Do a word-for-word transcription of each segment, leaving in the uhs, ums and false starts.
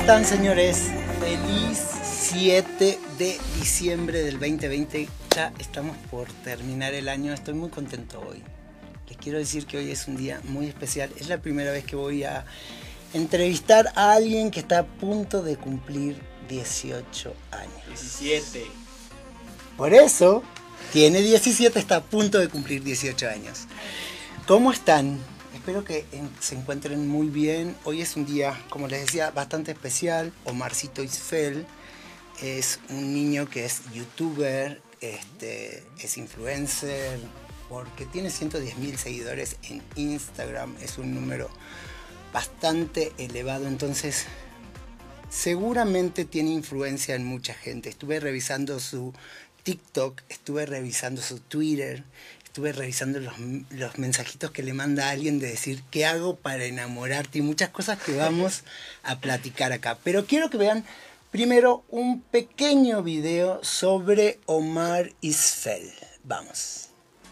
están, señores? Feliz siete de diciembre del veinte veinte. Ya estamos por terminar el año. Estoy muy contento hoy. Les quiero decir que hoy es un día muy especial. Es la primera vez que voy a entrevistar a alguien que está a punto de cumplir dieciocho años. diecisiete. Por eso, tiene diecisiete, está a punto de cumplir dieciocho años. ¿Cómo están? Espero que se encuentren muy bien. Hoy es un día, como les decía, bastante especial. Omarcito Isfel es un niño que es youtuber, este, es influencer, porque tiene ciento diez mil seguidores en Instagram. Es un número bastante elevado, entonces seguramente tiene influencia en mucha gente. Estuve revisando su TikTok, estuve revisando su Twitter, estuve revisando los, los mensajitos que le manda a alguien de decir qué hago para enamorarte y muchas cosas que vamos a platicar acá. Pero quiero que vean primero un pequeño video sobre Omar Isfel. Vamos.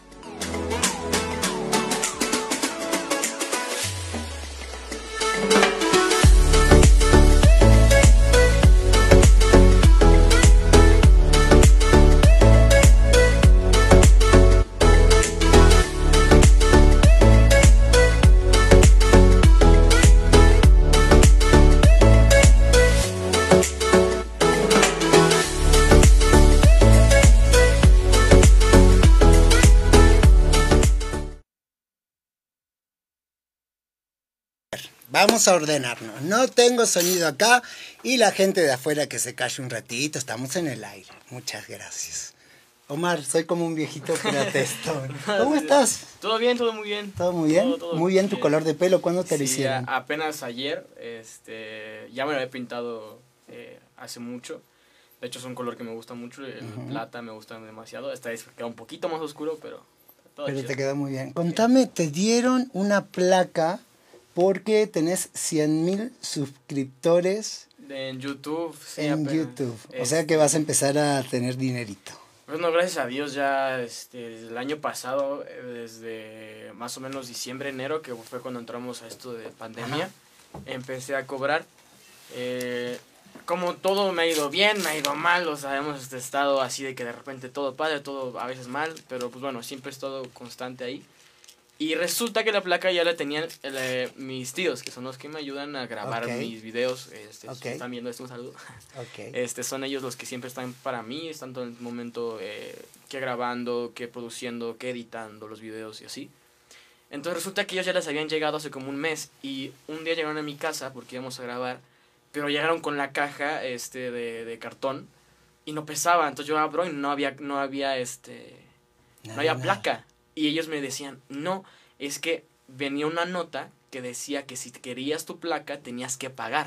Vamos a ordenarnos. No tengo sonido acá y la gente de afuera que se calle un ratito. Estamos en el aire. Muchas gracias. Omar, soy como un viejito protestón. ¿Cómo estás? Todo bien, todo muy bien. ¿Todo muy bien? Todo, todo muy bien. ¿Tu bien. Color de pelo cuándo te sí, lo hicieron? A, apenas ayer. Este, ya me lo había pintado eh, hace mucho. De hecho es un color que me gusta mucho. El uh-huh. plata me gusta demasiado. Esta vez queda un poquito más oscuro, pero todo Pero chido. Te queda muy bien. Contame, ¿te dieron una placa porque tenés cien mil suscriptores en YouTube? Sí, en apenas. YouTube. O es, sea que vas a empezar a tener dinerito. Bueno, gracias a Dios ya este, el año pasado, desde más o menos diciembre, enero, que fue cuando entramos a esto de pandemia, ajá, empecé a cobrar. Eh, como todo me ha ido bien, me ha ido mal, o sea, hemos estado así de que de repente todo padre, todo a veces mal, pero pues bueno, siempre he estado constante ahí. Y resulta que la placa ya la tenían eh, mis tíos, que son los que me ayudan a grabar okay. mis videos. Este, okay. Si están viendo esto, un saludo. Okay. Este, son ellos los que siempre están para mí, están todo el momento eh, que grabando, que produciendo, que editando los videos y así. Entonces resulta que ellos ya les habían llegado hace como un mes y un día llegaron a mi casa porque íbamos a grabar, pero llegaron con la caja este, de, de cartón y no pesaba. Entonces yo abro y no había, no había, este, no, no había placa. Y ellos me decían, no, es que venía una nota que decía que si querías tu placa tenías que pagar.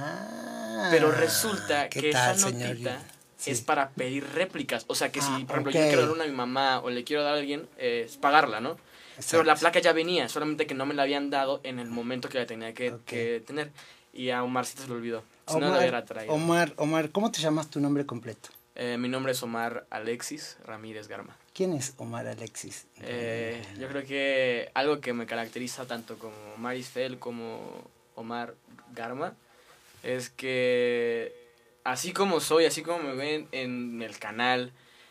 Ah, pero resulta que tal, esa notita sí. es para pedir réplicas. O sea que ah, si, por ejemplo, okay. yo quiero dar una a mi mamá o le quiero dar a alguien, eh, es pagarla, ¿no? Exacto. Pero la placa ya venía, solamente que no me la habían dado en el momento que la tenía que, okay. que tener. Y a Omarcito se lo olvidó. Si Omar, no la hubiera traído. Omar, Omar, ¿cómo te llamas tu nombre completo? Eh, mi nombre es Omar Alexis Ramírez Garma. ¿Quién es Omar Alexis? Eh, yo creo que algo que me caracteriza tanto como Omar Isfel como Omar Garma es que así como soy, así como me ven en el canal,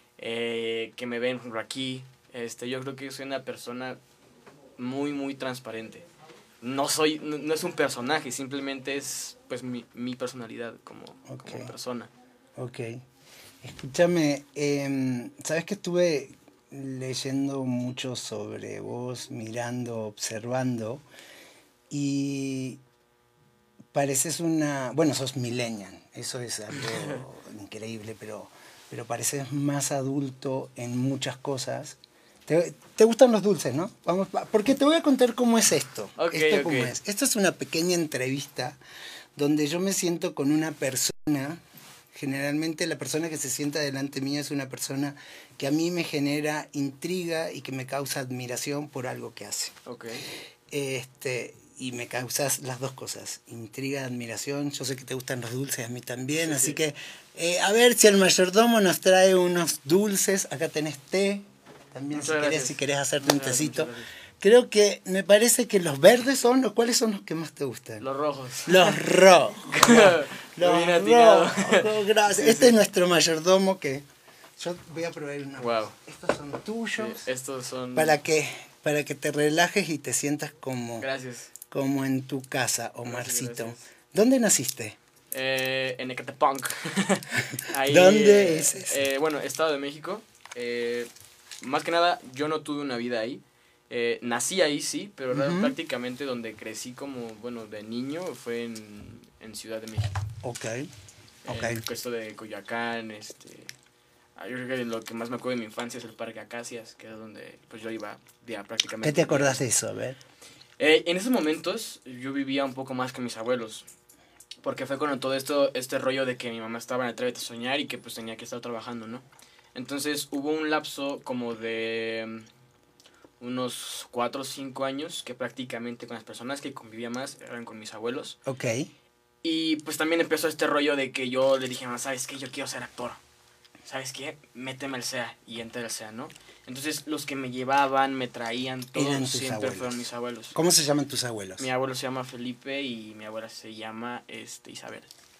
eh, que me ven por aquí, este, yo creo que soy una persona muy, muy transparente. No soy, no, no es un personaje, simplemente es pues mi, mi personalidad como, okay. como persona. Ok. Escúchame, eh, ¿sabes que estuve leyendo mucho sobre vos, mirando, observando? Y pareces una... Bueno, sos millennial, eso es algo increíble, pero, pero pareces más adulto en muchas cosas. Te, te gustan los dulces, ¿no? Vamos, porque te voy a contar cómo es esto. Okay, esto okay. cómo es. Esto es una pequeña entrevista donde yo me siento con una persona... Generalmente la persona que se sienta delante mía es una persona que a mí me genera intriga y que me causa admiración por algo que hace. Okay. Este, y me causas las dos cosas, intriga, admiración. Yo sé que te gustan los dulces, a mí también, sí, así sí. que eh, a ver si el mayordomo nos trae unos dulces. Acá tenés té, también si querés, si querés hacerte un tecito. Creo que me parece que los verdes son los cuáles son los que más te gustan. Los rojos. Los rojos. Los Bien atinado. rojos. Gracias. Sí, este sí. es nuestro mayordomo que yo voy a probar una. Wow. Estos son tuyos. Sí, estos son... Para que para que te relajes y te sientas como Gracias. como en tu casa, Omarcito. Gracias. ¿Dónde naciste? Eh, en Ecatepunk. Ahí, ¿Dónde eh, es eso? eh, bueno, Estado de México. Eh, más que nada, yo no tuve una vida ahí. Eh, nací ahí, sí, pero Ujú. prácticamente donde crecí como, bueno, de niño fue en, en Ciudad de México. Ok. Ok. En esto de Coyoacán, este... ah, yo creo que lo que más me acuerdo de mi infancia es el Parque Acacias, que es donde pues yo iba ya prácticamente. ¿Qué te acordás de eso? A ver. Eh, en esos momentos yo vivía un poco más que mis abuelos. Porque fue con todo esto, este rollo de que mi mamá estaba en Atrévete a Soñar y que pues tenía que estar trabajando, ¿no? Entonces hubo un lapso como de um, unos cuatro o cinco años que prácticamente con las personas que convivía más eran con mis abuelos. Ok. Y pues también empezó este rollo de que yo le dije, mamá, ¿sabes qué? Yo quiero ser actor. ¿Sabes qué? Méteme al C E A. Y entré al C E A, ¿no? Entonces los que me llevaban, me traían, Eran todos tus siempre abuelos. fueron mis abuelos. ¿Cómo se llaman tus abuelos? Mi abuelo se llama Felipe y mi abuela se llama este, Isabel.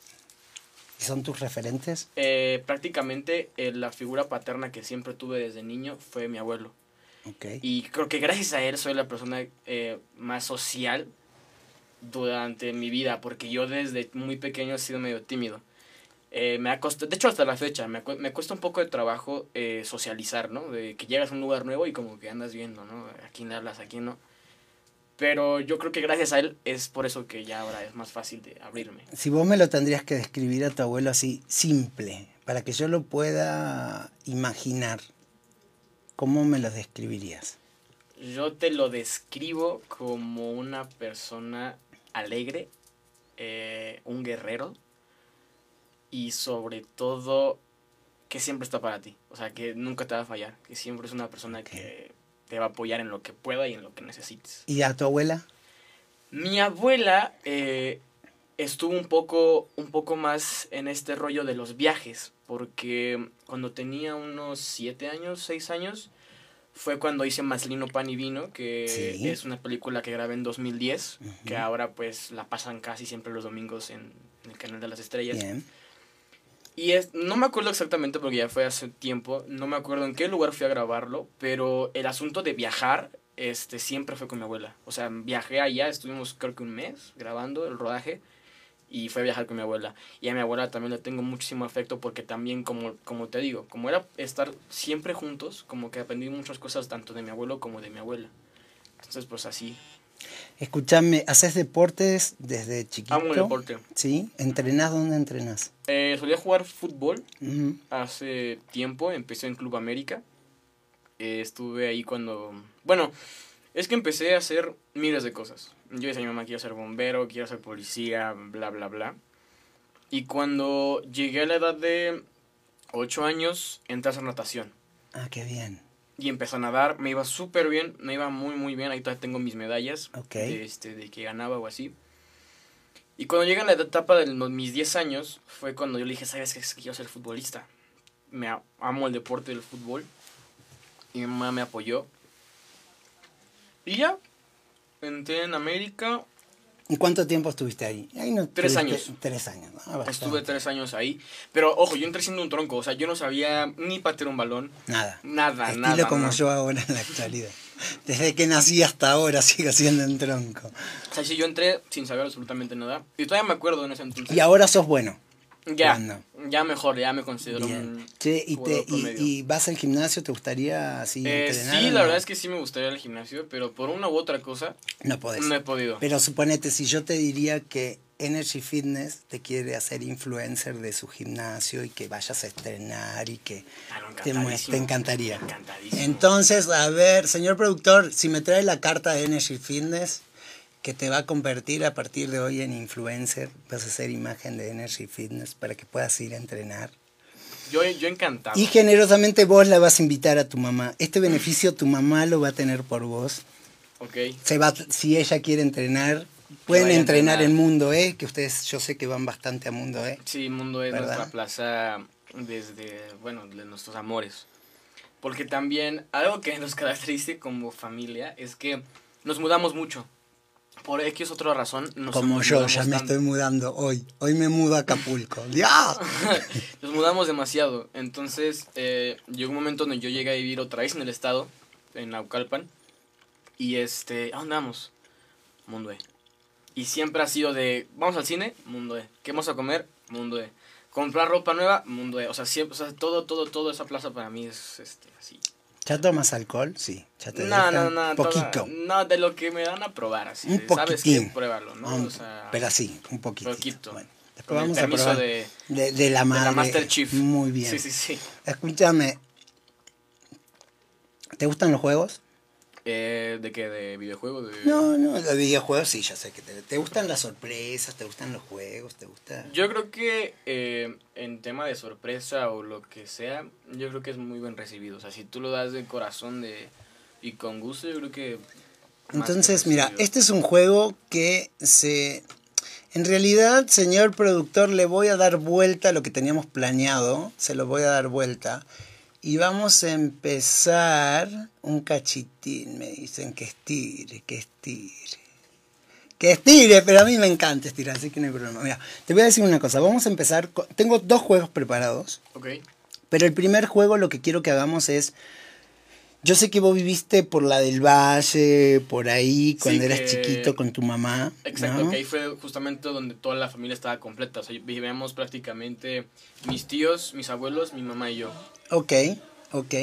¿Y son tus referentes? Eh, prácticamente eh, la figura paterna que siempre tuve desde niño fue mi abuelo. Ok. Y creo que gracias a él soy la persona eh, más social durante mi vida, porque yo desde muy pequeño he sido medio tímido. Eh, me ha costado, de hecho hasta la fecha, me, me cuesta un poco de trabajo eh, socializar, ¿no? De que llegas a un lugar nuevo y como que andas viendo, ¿no? ¿A quién le hablas, a quién no? Pero yo creo que gracias a él es por eso que ya ahora es más fácil de abrirme. Si vos me lo tendrías que describir a tu abuelo así, simple, para que yo lo pueda imaginar, ¿cómo me lo describirías? Yo te lo describo como una persona alegre, eh, un guerrero y sobre todo que siempre está para ti. O sea, que nunca te va a fallar, que siempre es una persona Ok. que te va a apoyar en lo que pueda y en lo que necesites. ¿Y a tu abuela? Mi abuela eh, estuvo un poco, un poco más en este rollo de los viajes, porque cuando tenía unos siete años, seis años, fue cuando hice Maslino Pan y Vino, que Sí. es una película que grabé en dos mil diez, Ujú. que ahora pues la pasan casi siempre los domingos en, en el Canal de las Estrellas. Bien. Y es, no me acuerdo exactamente porque ya fue hace tiempo, no me acuerdo en qué lugar fui a grabarlo, pero el asunto de viajar este, siempre fue con mi abuela. O sea, viajé allá, estuvimos creo que un mes grabando el rodaje y fue a viajar con mi abuela. Y a mi abuela también le tengo muchísimo afecto porque también, como, como te digo, como era estar siempre juntos, como que aprendí muchas cosas tanto de mi abuelo como de mi abuela. Entonces, pues así. Escúchame, ¿haces deportes desde chiquito? Amo el deporte. ¿Sí? ¿Entrenás? ¿Dónde entrenás? Eh, solía jugar fútbol. Ujú. Hace tiempo empecé en Club América. Eh, estuve ahí cuando... Bueno, es que empecé a hacer miles de cosas. Yo decía a mi mamá, quiero ser bombero, quiero ser policía, bla, bla, bla. Y cuando llegué a la edad de ocho años, entré a hacer natación. Ah, qué bien. Y empecé a nadar, me iba súper bien, me iba muy, muy bien. Ahí todavía tengo mis medallas Ok. de, este, de que ganaba o así. Y cuando llegué a la etapa de los, mis diez años, fue cuando yo le dije, ¿sabes qué? Es que quiero ser futbolista. Me a- amo el deporte del fútbol. Y mi mamá me apoyó. Y ya, entré en América. ¿Y cuánto tiempo estuviste ahí? Ahí no Tres estuviste- años. Tres años. Ah, bastante. Estuve tres años ahí. Pero, ojo, yo entré siendo un tronco. O sea, yo no sabía ni patear un balón. Nada. Nada, Estilo nada. como nada. yo ahora en la actualidad. Desde que nací hasta ahora sigo siendo un tronco. O sea, sí, yo entré sin saber absolutamente nada. Y todavía me acuerdo en ese entonces. Y ahora sos bueno. Ya, ¿Cuándo? ya mejor, ya me considero Bien. un Che, ¿y, te, jugador y, promedio. y vas al gimnasio? ¿Te gustaría así Eh, entrenar? sí, o la no? verdad es que sí me gustaría ir al gimnasio, pero por una u otra cosa No podés. no he podido. Pero suponete, si yo te diría que Energy Fitness te quiere hacer influencer de su gimnasio y que vayas a estrenar y que Ah, no, te, muest- encantadísimo. te encantaría. Encantadísimo. Entonces, a ver, señor productor, si me trae la carta de Energy Fitness que te va a convertir a partir de hoy en influencer, vas a hacer imagen de Energy Fitness para que puedas ir a entrenar. Yo, yo encantado. Y generosamente vos la vas a invitar a tu mamá. Este beneficio tu mamá lo va a tener por vos. Ok. Se va, si ella quiere entrenar, pueden vaya a entrenar entrenar. en Mundo E, que ustedes yo sé que van bastante a Mundo E. Sí, Mundo es ¿Verdad? nuestra plaza desde, bueno, de nuestros amores. Porque también algo que nos caracteriza como familia es que nos mudamos mucho. Por X otra razón. Nos Como yo, ya me tanto. estoy mudando hoy. Hoy me mudo a Acapulco. ¡Dios! Nos mudamos demasiado. Entonces, eh, llegó un momento donde yo llegué a vivir otra vez en el estado, en Naucalpan. Y este, ¿a dónde vamos? Mundo E. Y siempre ha sido de, vamos al cine, Mundo E. ¿Qué vamos a comer? Mundo E. Comprar ropa nueva, Mundo E. O sea, siempre, o sea, todo, todo, todo esa plaza para mí es este, así. ¿Ya tomas alcohol? Sí. ¿Ya te No, dejan? no, no. Poquito. Toda, no, de lo que me dan a probar, así. Un de, ¿sabes poquitín. qué? Pruébalo, ¿no? Un, o sea, pero sí, un poquito. Poquito. Bueno, después con el vamos a permiso probar de, de, de la madre. de la Master Chief. Muy bien. Sí, sí, sí. Escúchame. ¿Te gustan los juegos? Eh, ¿De qué? ¿De videojuegos? De... No, no, los videojuegos sí, ya sé que te, te gustan las sorpresas, te gustan los juegos, te gusta... Yo creo que eh, en tema de sorpresa o lo que sea, yo creo que es muy bien recibido. O sea, si tú lo das de corazón de y con gusto, yo creo que... más Entonces, que mira, recibido. este es un juego que se... En realidad, señor productor, le voy a dar vuelta a lo que teníamos planeado, se lo voy a dar vuelta. Y vamos a empezar un cachitín, me dicen que estire, que estire. Que estire, pero a mí me encanta estirar, así que no hay problema. Mira, te voy a decir una cosa, vamos a empezar, con, tengo dos juegos preparados. Ok. Pero el primer juego lo que quiero que hagamos es, yo sé que vos viviste por la del Valle, por ahí, cuando Sí, eras que- chiquito con tu mamá. Exacto, ¿no? que ahí fue justamente donde toda la familia estaba completa. O sea, vivíamos prácticamente mis tíos, mis abuelos, mi mamá y yo. Ok, ok.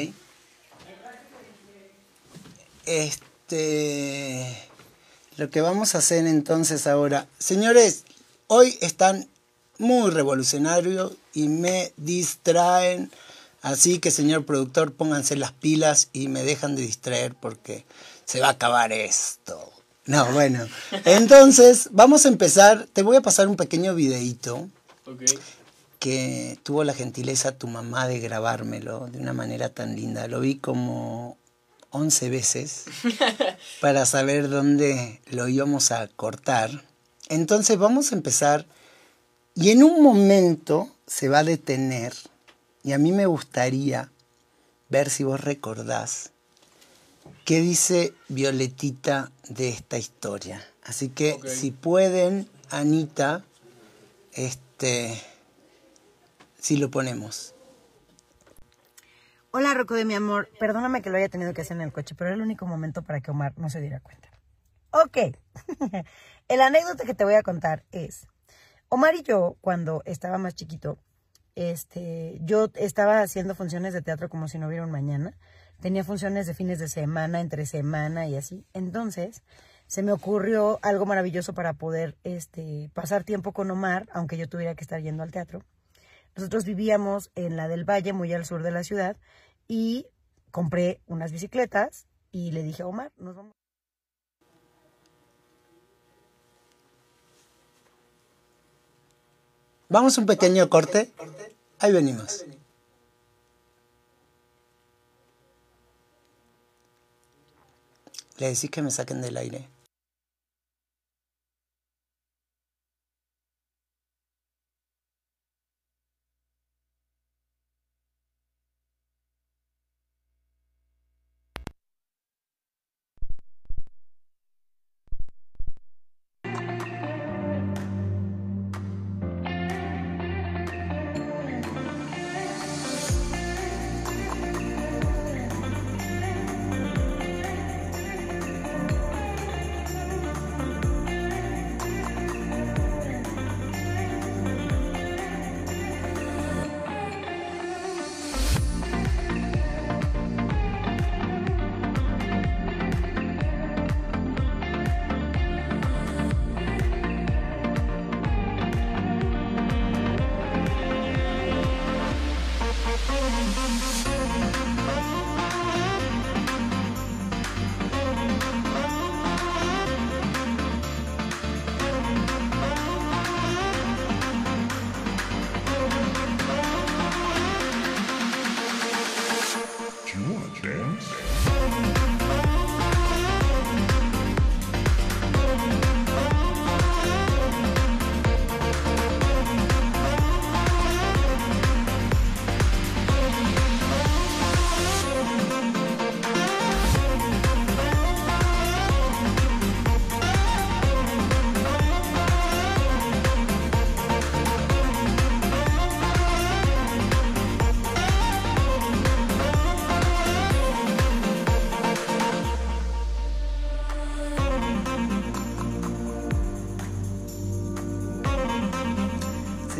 Este... Lo que vamos a hacer entonces ahora... Señores, hoy están muy revolucionarios y me distraen. Así que, señor productor, pónganse las pilas y me dejan de distraer porque se va a acabar esto. No, bueno. Entonces, vamos a empezar. Te voy a pasar un pequeño videíto Ok. que tuvo la gentileza tu mamá de grabármelo de una manera tan linda. Lo vi como once veces para saber dónde lo íbamos a cortar. Entonces vamos a empezar y en un momento se va a detener y a mí me gustaría ver si vos recordás qué dice Violetita de esta historia. Así que Ok. si pueden, Anita, este... si lo ponemos. Hola, Rocco de mi amor. Perdóname que lo haya tenido que hacer en el coche, pero era el único momento para que Omar no se diera cuenta. Ok. El anécdota que te voy a contar es, Omar y yo, cuando estaba más chiquito, este, yo estaba haciendo funciones de teatro como si no hubiera un mañana. Tenía funciones de fines de semana, entre semana y así. Entonces, se me ocurrió algo maravilloso para poder este, pasar tiempo con Omar, aunque yo tuviera que estar yendo al teatro. Nosotros vivíamos en la del Valle, muy al sur de la ciudad, y compré unas bicicletas y le dije a Omar, nos vamos. Vamos a un pequeño corte. Ahí venimos. Le decís que me saquen del aire.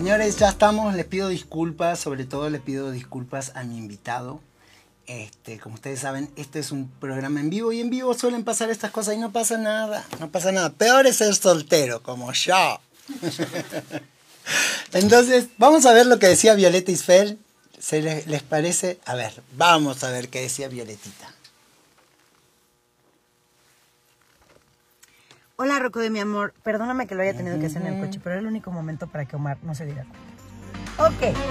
Señores, ya estamos, les pido disculpas, sobre todo les pido disculpas a mi invitado. Este, como ustedes saben, este es un programa en vivo y en vivo suelen pasar estas cosas y no pasa nada, no pasa nada. Peor es ser soltero, como yo. Entonces, vamos a ver lo que decía Violeta Isfel. ¿Se les, les parece? A ver, vamos a ver qué decía Violetita. Hola, Rocco de mi amor. Perdóname que lo haya tenido que hacer en el coche, pero era el único momento para que Omar no se diera cuenta. Ok.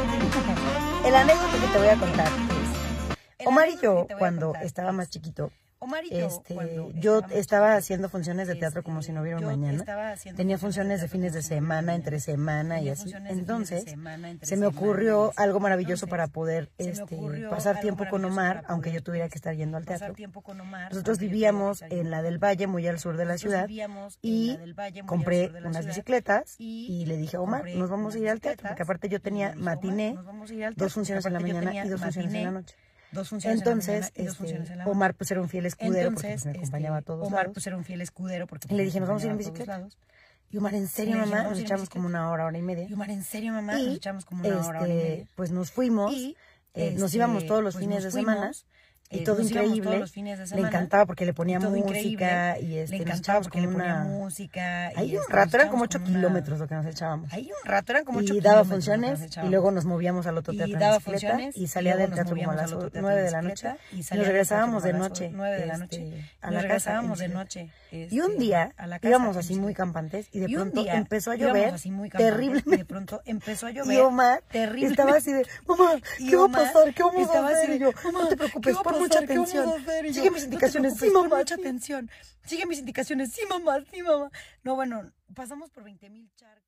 El anécdota que te voy a contar es... Omar y yo, cuando estaba más chiquito, Omar y yo, este, yo estaba haciendo funciones de teatro como si no hubiera un mañana. Tenía funciones de fines de semana, entre semana y así. Entonces, se me ocurrió algo maravilloso para poder este, pasar tiempo con Omar, aunque yo tuviera que estar yendo al teatro. Nosotros vivíamos en la del Valle, muy al sur de la ciudad, y compré unas bicicletas y le dije a Omar, nos vamos a ir al teatro, porque aparte yo tenía matiné, dos funciones en la mañana y dos funciones en la noche. Dos funciones Entonces, en la este, y dos en la Omar pues era un fiel escudero Entonces, porque pues, me acompañaba este, a todos Omar lados. Pues era un fiel escudero porque pues, y le dije, nos vamos a ir en bicicleta. Y Omar, ¿en serio, mamá? Nos echamos como una hora, hora y media. Y Omar, ¿en serio, mamá? Nos echamos como una hora, hora y media. Pues nos fuimos, y, eh, nos íbamos todos los pues fines de semana. Y todo increíble, le encantaba porque le ponía música y este, le encantaba porque le ponía música. Ahí un rato eran como ocho kilómetros lo que nos echábamos. Ahí un rato eran como ocho kilómetros. Y daba funciones y luego nos movíamos al otro teatro en bicicleta y salía del teatro como a las nueve de la noche y nos regresábamos de noche a la casa de noche. Y un día íbamos así muy campantes y de pronto empezó a llover terriblemente. De pronto empezó a llover. Y Omar estaba así de, mamá, ¿qué va a pasar? ¿Qué vamos a hacer? Y yo, no te preocupes, pon mucha atención. Sigue mis indicaciones, sí, mamá. Mucha atención. Sigue mis indicaciones, sí, mamá, sí, mamá. No, bueno, pasamos por veinte mil charcos.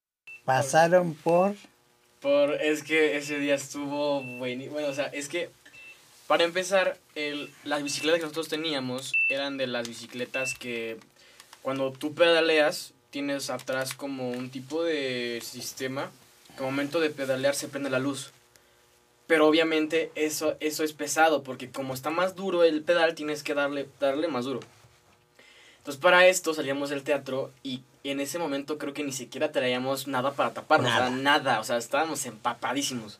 Pasaron por... Por, es que ese día estuvo bueno, bueno, o sea, es que para empezar, el, las bicicletas que nosotros teníamos eran de las bicicletas que cuando tú pedaleas tienes atrás como un tipo de sistema que al momento de pedalear se prende la luz. Pero obviamente eso, eso es pesado, porque como está más duro el pedal, tienes que darle, darle más duro. Entonces para esto salíamos del teatro y en ese momento creo que ni siquiera traíamos nada para taparnos, nada. O sea, nada, o sea, estábamos empapadísimos.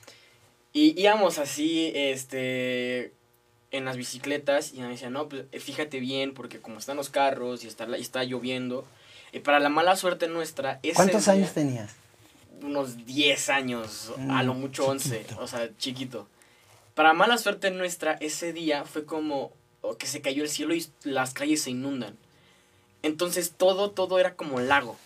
Y íbamos así, este, en las bicicletas y me decían, no, pues fíjate bien, porque como están los carros y está, y está lloviendo, y para la mala suerte nuestra... ¿Cuántos años tenías? Unos diez años, mm, a lo mucho once, chiquito. O sea, chiquito. Para mala suerte nuestra, ese día fue como que se cayó el cielo y las calles se inundan. Entonces todo, todo era como lago.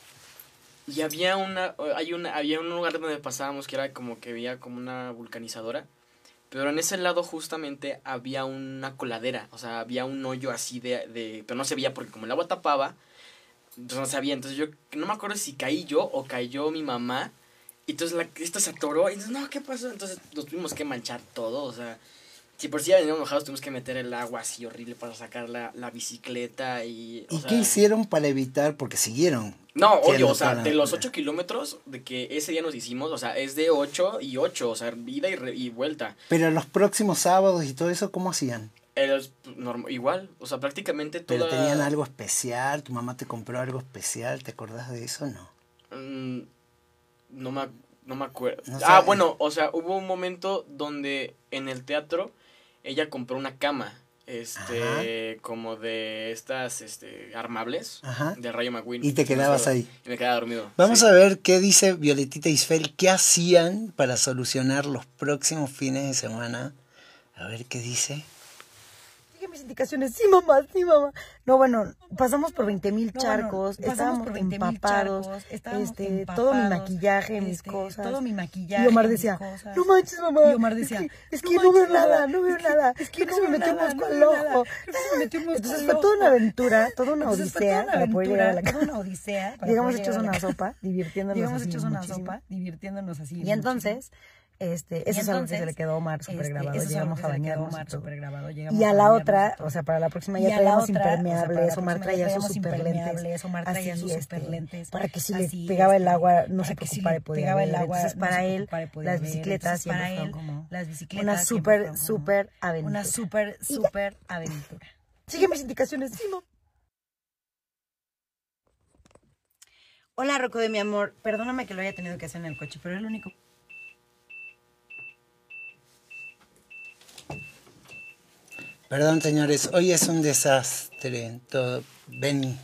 Y había una, hay una, había un lugar donde pasábamos que era como que había como una vulcanizadora. Pero en ese lado justamente había una coladera, o sea, había un hoyo así de, de pero no se veía porque como el agua tapaba, entonces no sabía. Entonces yo, no me acuerdo si caí yo o cayó mi mamá. Y entonces la, esto se atoró. Y entonces, no, ¿qué pasó? Entonces nos tuvimos que manchar todo. O sea, si por si ya veníamos mojados, tuvimos que meter el agua así horrible para sacar la, la bicicleta. ¿Y, o ¿Y sea, qué hicieron para evitar? Porque siguieron. No, obvio, o sea, de los ocho kilómetros de que ese día nos hicimos, o sea, es de ocho y ocho, o sea, ida y, re, y vuelta. Pero los próximos sábados y todo eso, ¿cómo hacían? El, normal, igual, o sea, prácticamente toda... ¿Pero tenían algo especial? ¿Tu mamá te compró algo especial? ¿Te acordás de eso o no? Mm, no me, no me acuerdo. No ah, sabes. Bueno, o sea, hubo un momento donde en el teatro ella compró una cama, este, Ajá. como de estas, este, armables, Ajá. de Rayo McQueen. Y te quedabas ahí. Y me quedaba dormido. Vamos sí. a ver qué dice Violetita Isfel, qué hacían para solucionar los próximos fines de semana. A ver qué dice. Sigue mis indicaciones, sí, mamá, sí, mamá. No, bueno, pasamos por veinte mil charcos, no, bueno, estábamos por empapados, charcos, estábamos este, empapados, todo mi maquillaje, este, mis cosas. Todo mi maquillaje, y Omar decía, no manches, mamá. Y Omar decía, es que, es que no, no veo nada, no veo nada. Es que no se me metió un mosco al ojo. Entonces fue toda una aventura, toda una odisea para poder llegar a la casa. Toda una odisea. Llegamos hechos a una sopa, divirtiéndonos Llegamos hechos a una sopa, divirtiéndonos así. Y entonces... Este, eso es algo que se le quedó a Omar súper este, grabado. Llegamos a bañarnos. Y a la otra, o sea, para la próxima ya traíamos impermeables. O sea, Omar traía sus super lentes. Omar traía sus super lentes. Para que si le pegaba el agua, no se preocupara y podía ver. Entonces, para él, las bicicletas siempre fueron como una súper, súper aventura. Una súper, súper aventura. Sigue mis indicaciones, sí, no. Hola, Rocco de mi amor. Perdóname que lo haya tenido que hacer en el coche, pero es lo único. Perdón, señores, hoy es un desastre. Todo. Ven.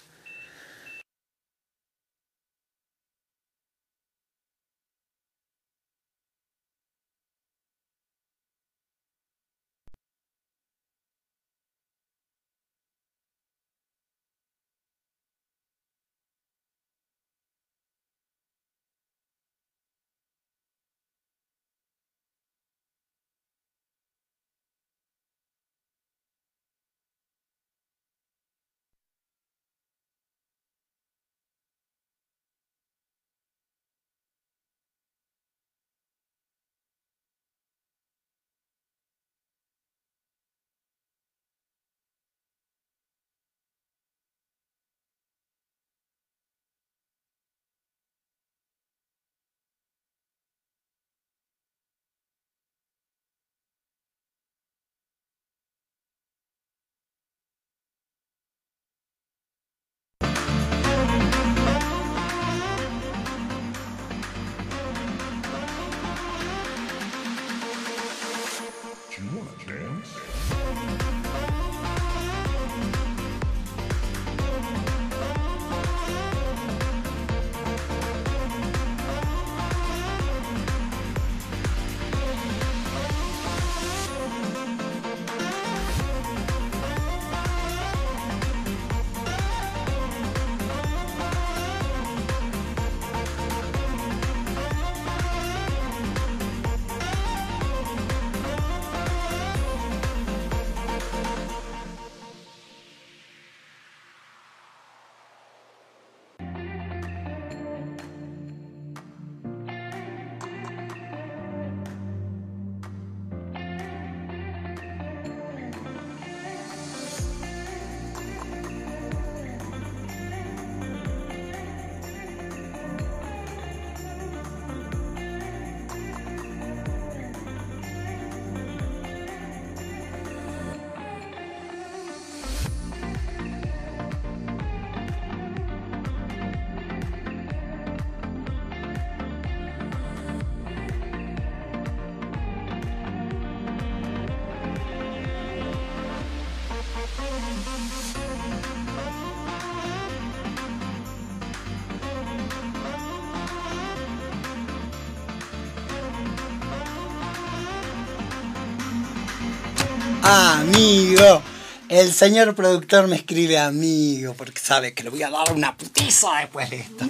Amigo. El señor productor me escribe amigo porque sabe que le voy a dar una putiza después de esto.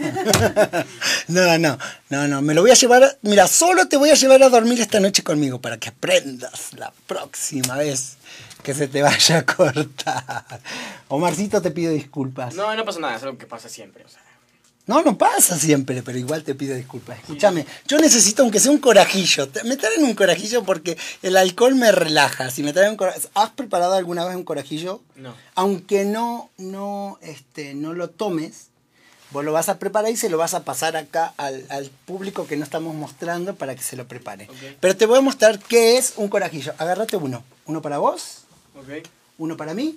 No, no, no, no. Me lo voy a llevar. Mira, solo te voy a llevar a dormir esta noche conmigo para que aprendas la próxima vez que se te vaya a cortar. Omarcito, te pido disculpas. No, no pasa nada, es algo que pasa siempre. O sea. No, no pasa siempre, pero igual te pido disculpas. Escúchame, yo necesito aunque sea un corajillo. Me traen un corajillo porque el alcohol me relaja. Si me traen un corajillo, ¿has preparado alguna vez un corajillo? No. Aunque no, no, este, no lo tomes, vos lo vas a preparar y se lo vas a pasar acá al, al público que no estamos mostrando para que se lo prepare. Okay. Pero te voy a mostrar qué es un corajillo. Agárrate uno. Uno para vos. Okay. Uno para mí.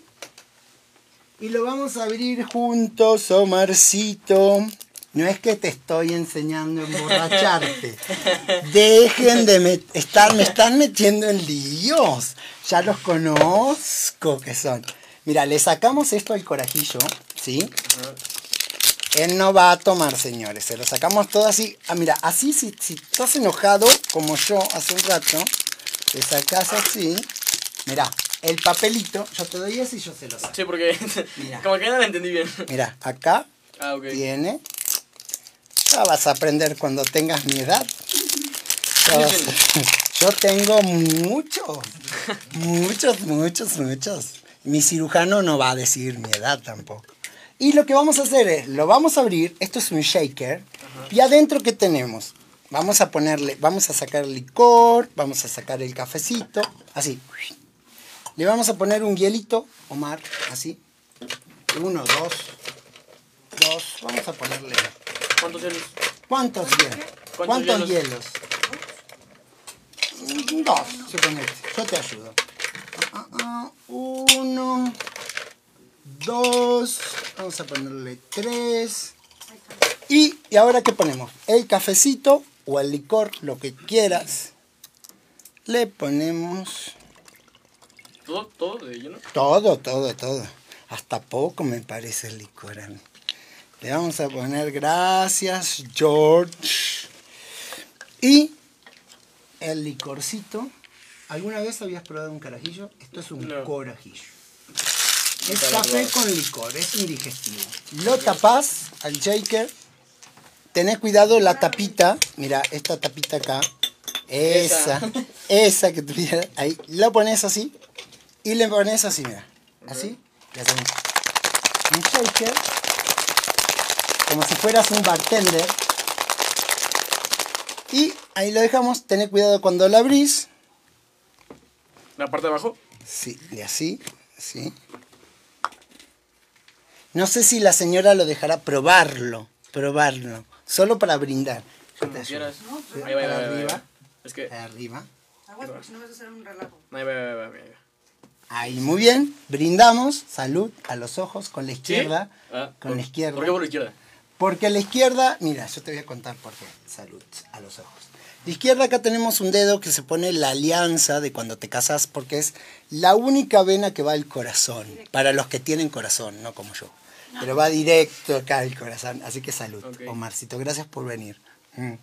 Y lo vamos a abrir juntos, Omarcito. No es que te estoy enseñando a emborracharte. Dejen de me estar, me están metiendo en líos. Ya los conozco que son. Mira, le sacamos esto al corajillo, ¿sí? Uh-huh. Él no va a tomar, señores. Se lo sacamos todo así. Ah, mira, así si, si estás enojado, como yo hace un rato, le sacas así. Mira, el papelito, yo te doy ese y yo se lo saco. Sí, porque mira, como que no lo entendí bien. Mira, acá ah, okay. Tiene. Ya vas a aprender cuando tengas mi edad. Vas, yo tengo muchos, muchos, muchos, muchos. Mi cirujano no va a decir mi edad tampoco. Y lo que vamos a hacer es, lo vamos a abrir, esto es un shaker, uh-huh. Y adentro ¿qué tenemos? Vamos a ponerle, vamos a sacar el licor, vamos a sacar el cafecito, así. Le vamos a poner un hielito, Omar, así. Uno, dos, dos, vamos a ponerle... ¿Cuántos hielos? ¿Cuántos hielos? ¿Cuántos, ¿Cuántos hielos? hielos? Dos, suponete. Yo te ayudo. Uno, dos, vamos a ponerle tres, Y, y ahora, ¿qué ponemos? El cafecito o el licor, lo que quieras. Le ponemos... ¿Todo, todo de lleno? Todo, todo, todo. Hasta poco me parece el licor a mí. Le vamos a poner gracias, George. Y el licorcito. ¿Alguna vez habías probado un carajillo? Esto es un No. corajillo. Es café con licor, es indigestivo. Lo tapás al shaker. Tenés cuidado la tapita. Mira, esta tapita acá. Esa. Esa, esa que tuviera ahí. Lo pones así. Y le pones así, mira. Así. Y hacemos un shaker. Como si fueras un bartender. Y ahí lo dejamos. Tened cuidado cuando lo abrís. ¿La parte de abajo? Sí, de así. Así. No sé si la señora lo dejará probarlo. Probarlo. Solo para brindar. Yo Como te quieras. ayudo. Sí, Ahí va, ahí va, para ahí va, ahí arriba. va. Es que... Para arriba. Aguas porque si no vas a hacer un relajo. Ahí va, ahí va, ahí va, ahí va. Ahí, muy bien. Brindamos. Salud a los ojos con la izquierda. ¿Sí? Ah, con ¿por- la izquierda. ¿Por qué por la izquierda? Porque a la izquierda, mira, yo te voy a contar por qué. Salud a los ojos. La izquierda acá tenemos un dedo que se pone la alianza de cuando te casas, porque es la única vena que va al corazón. Para los que tienen corazón, no como yo. Pero va directo acá al corazón. Así que salud, Okay. Omarcito. Gracias por venir. Mm.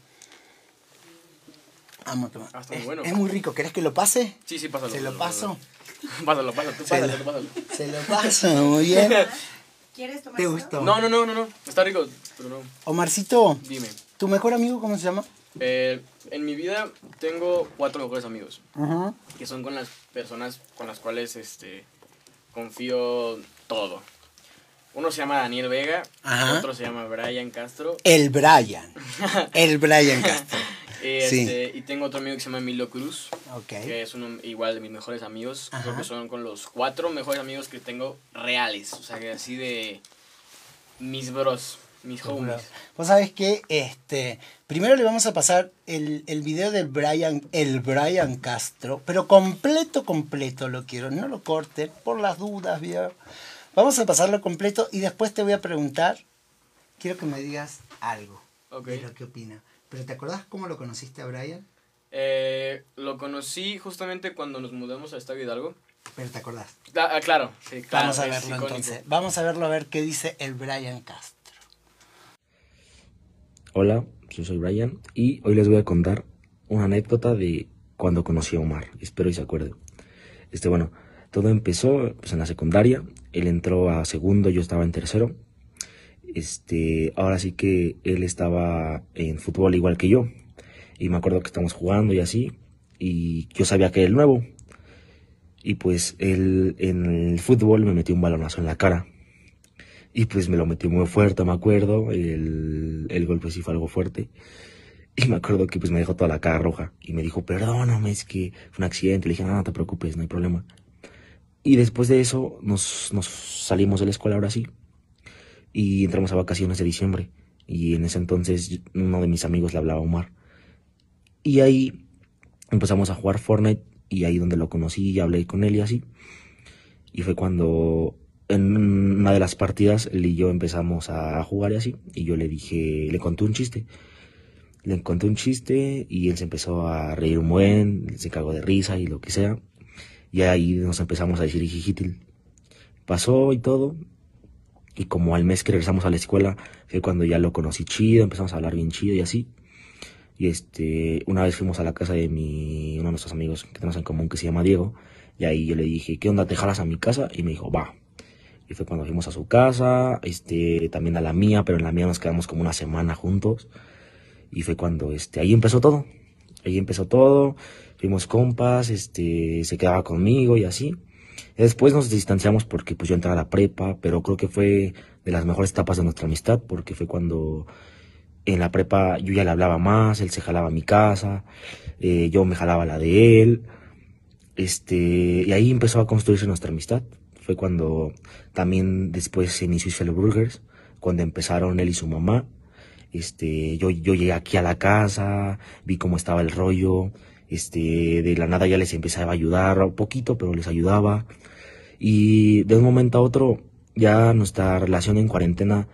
Vamos a tomar. Ah, está muy es, bueno. es muy rico. ¿Querés que lo pase? Sí, sí, pásalo. ¿Se lo pásalo, paso? Pásalo, pásalo, tú Se pásalo, lo- tú pásalo. Se lo paso, muy bien. ¿Quieres tomar ¿Te esto? gustó? No, no, no, no, no. Está rico, pero no. Omarcito, Dime. ¿tu mejor amigo cómo se llama? Eh, en mi vida tengo cuatro mejores amigos, Ajá. que son con las personas con las cuales este, confío todo. Uno se llama Daniel Vega, Ajá. otro se llama Brian Castro. El Brian. El Brian Castro. Y, Sí. este, y tengo otro amigo que se llama Emilio Cruz, Ok. que es uno igual de mis mejores amigos. Ajá. Creo que son con los cuatro mejores amigos que tengo reales. O sea, que así de mis bros, mis homies. Vos sabés que este, primero le vamos a pasar el, el video del Brian, el Brian Castro, pero completo, completo lo quiero, no lo corten, por las dudas, ¿vio? Vamos a pasarlo completo y después te voy a preguntar, quiero que me digas algo Ok. de lo que opina. Pero ¿te acordás cómo lo conociste a Brian? Eh, lo conocí justamente cuando nos mudamos a Estadio Hidalgo. Pero te acordás. Ah, ah, claro, sí, claro. Vamos a es verlo icónico. entonces. Vamos a verlo a ver qué dice el Brian Castro. Hola, yo soy Brian y hoy les voy a contar una anécdota de cuando conocí a Omar. Espero y se acuerden. Este, bueno, todo empezó pues, en la secundaria. Él entró a segundo, yo estaba en tercero. Este, ahora sí que él estaba en fútbol igual que yo. Y me acuerdo que estábamos jugando y así. Y yo sabía que era el nuevo. Y pues él en el fútbol me metió un balonazo en la cara. Y pues me lo metió muy fuerte, me acuerdo. El, el golpe sí fue algo fuerte. Y me acuerdo que pues me dejó toda la cara roja. Y me dijo, perdóname, es que fue un accidente. Le dije, no, no te preocupes, no hay problema. Y después de eso nos, nos salimos de la escuela ahora sí. Y entramos a vacaciones de diciembre. Y en ese entonces uno de mis amigos le hablaba a Omar. Y ahí empezamos a jugar Fortnite. Y ahí donde lo conocí y hablé con él y así. Y fue cuando en una de las partidas él y yo empezamos a jugar y así. Y yo le dije, le conté un chiste. Le conté un chiste y él se empezó a reír un buen, se cagó de risa y lo que sea. Y ahí nos empezamos a decir jijitil. Pasó y todo. Y como al mes que regresamos a la escuela fue cuando ya lo conocí chido, empezamos a hablar bien chido y así. Y este, una vez fuimos a la casa de mi, uno de nuestros amigos que tenemos en común que se llama Diego. Y ahí yo le dije, ¿qué onda? ¿Te jalas a mi casa? Y me dijo, va. Y fue cuando fuimos a su casa, este, también a la mía, pero en la mía nos quedamos como una semana juntos. Y fue cuando, este, ahí empezó todo. Ahí empezó todo. Fuimos compas, este, se quedaba conmigo y así. Y después nos distanciamos porque pues yo entré a la prepa, pero creo que fue de las mejores etapas de nuestra amistad porque fue cuando en la prepa yo ya le hablaba más, él se jalaba a mi casa, eh, yo me jalaba la de él, este, y ahí empezó a construirse nuestra amistad. Fue cuando también después se inició Isfel Burgers, cuando empezaron él y su mamá. Este, yo, yo llegué aquí a la casa, vi cómo estaba el rollo, este, de la nada ya les empezaba a ayudar un poquito, pero les ayudaba. Y de un momento a otro, ya nuestra relación en cuarentena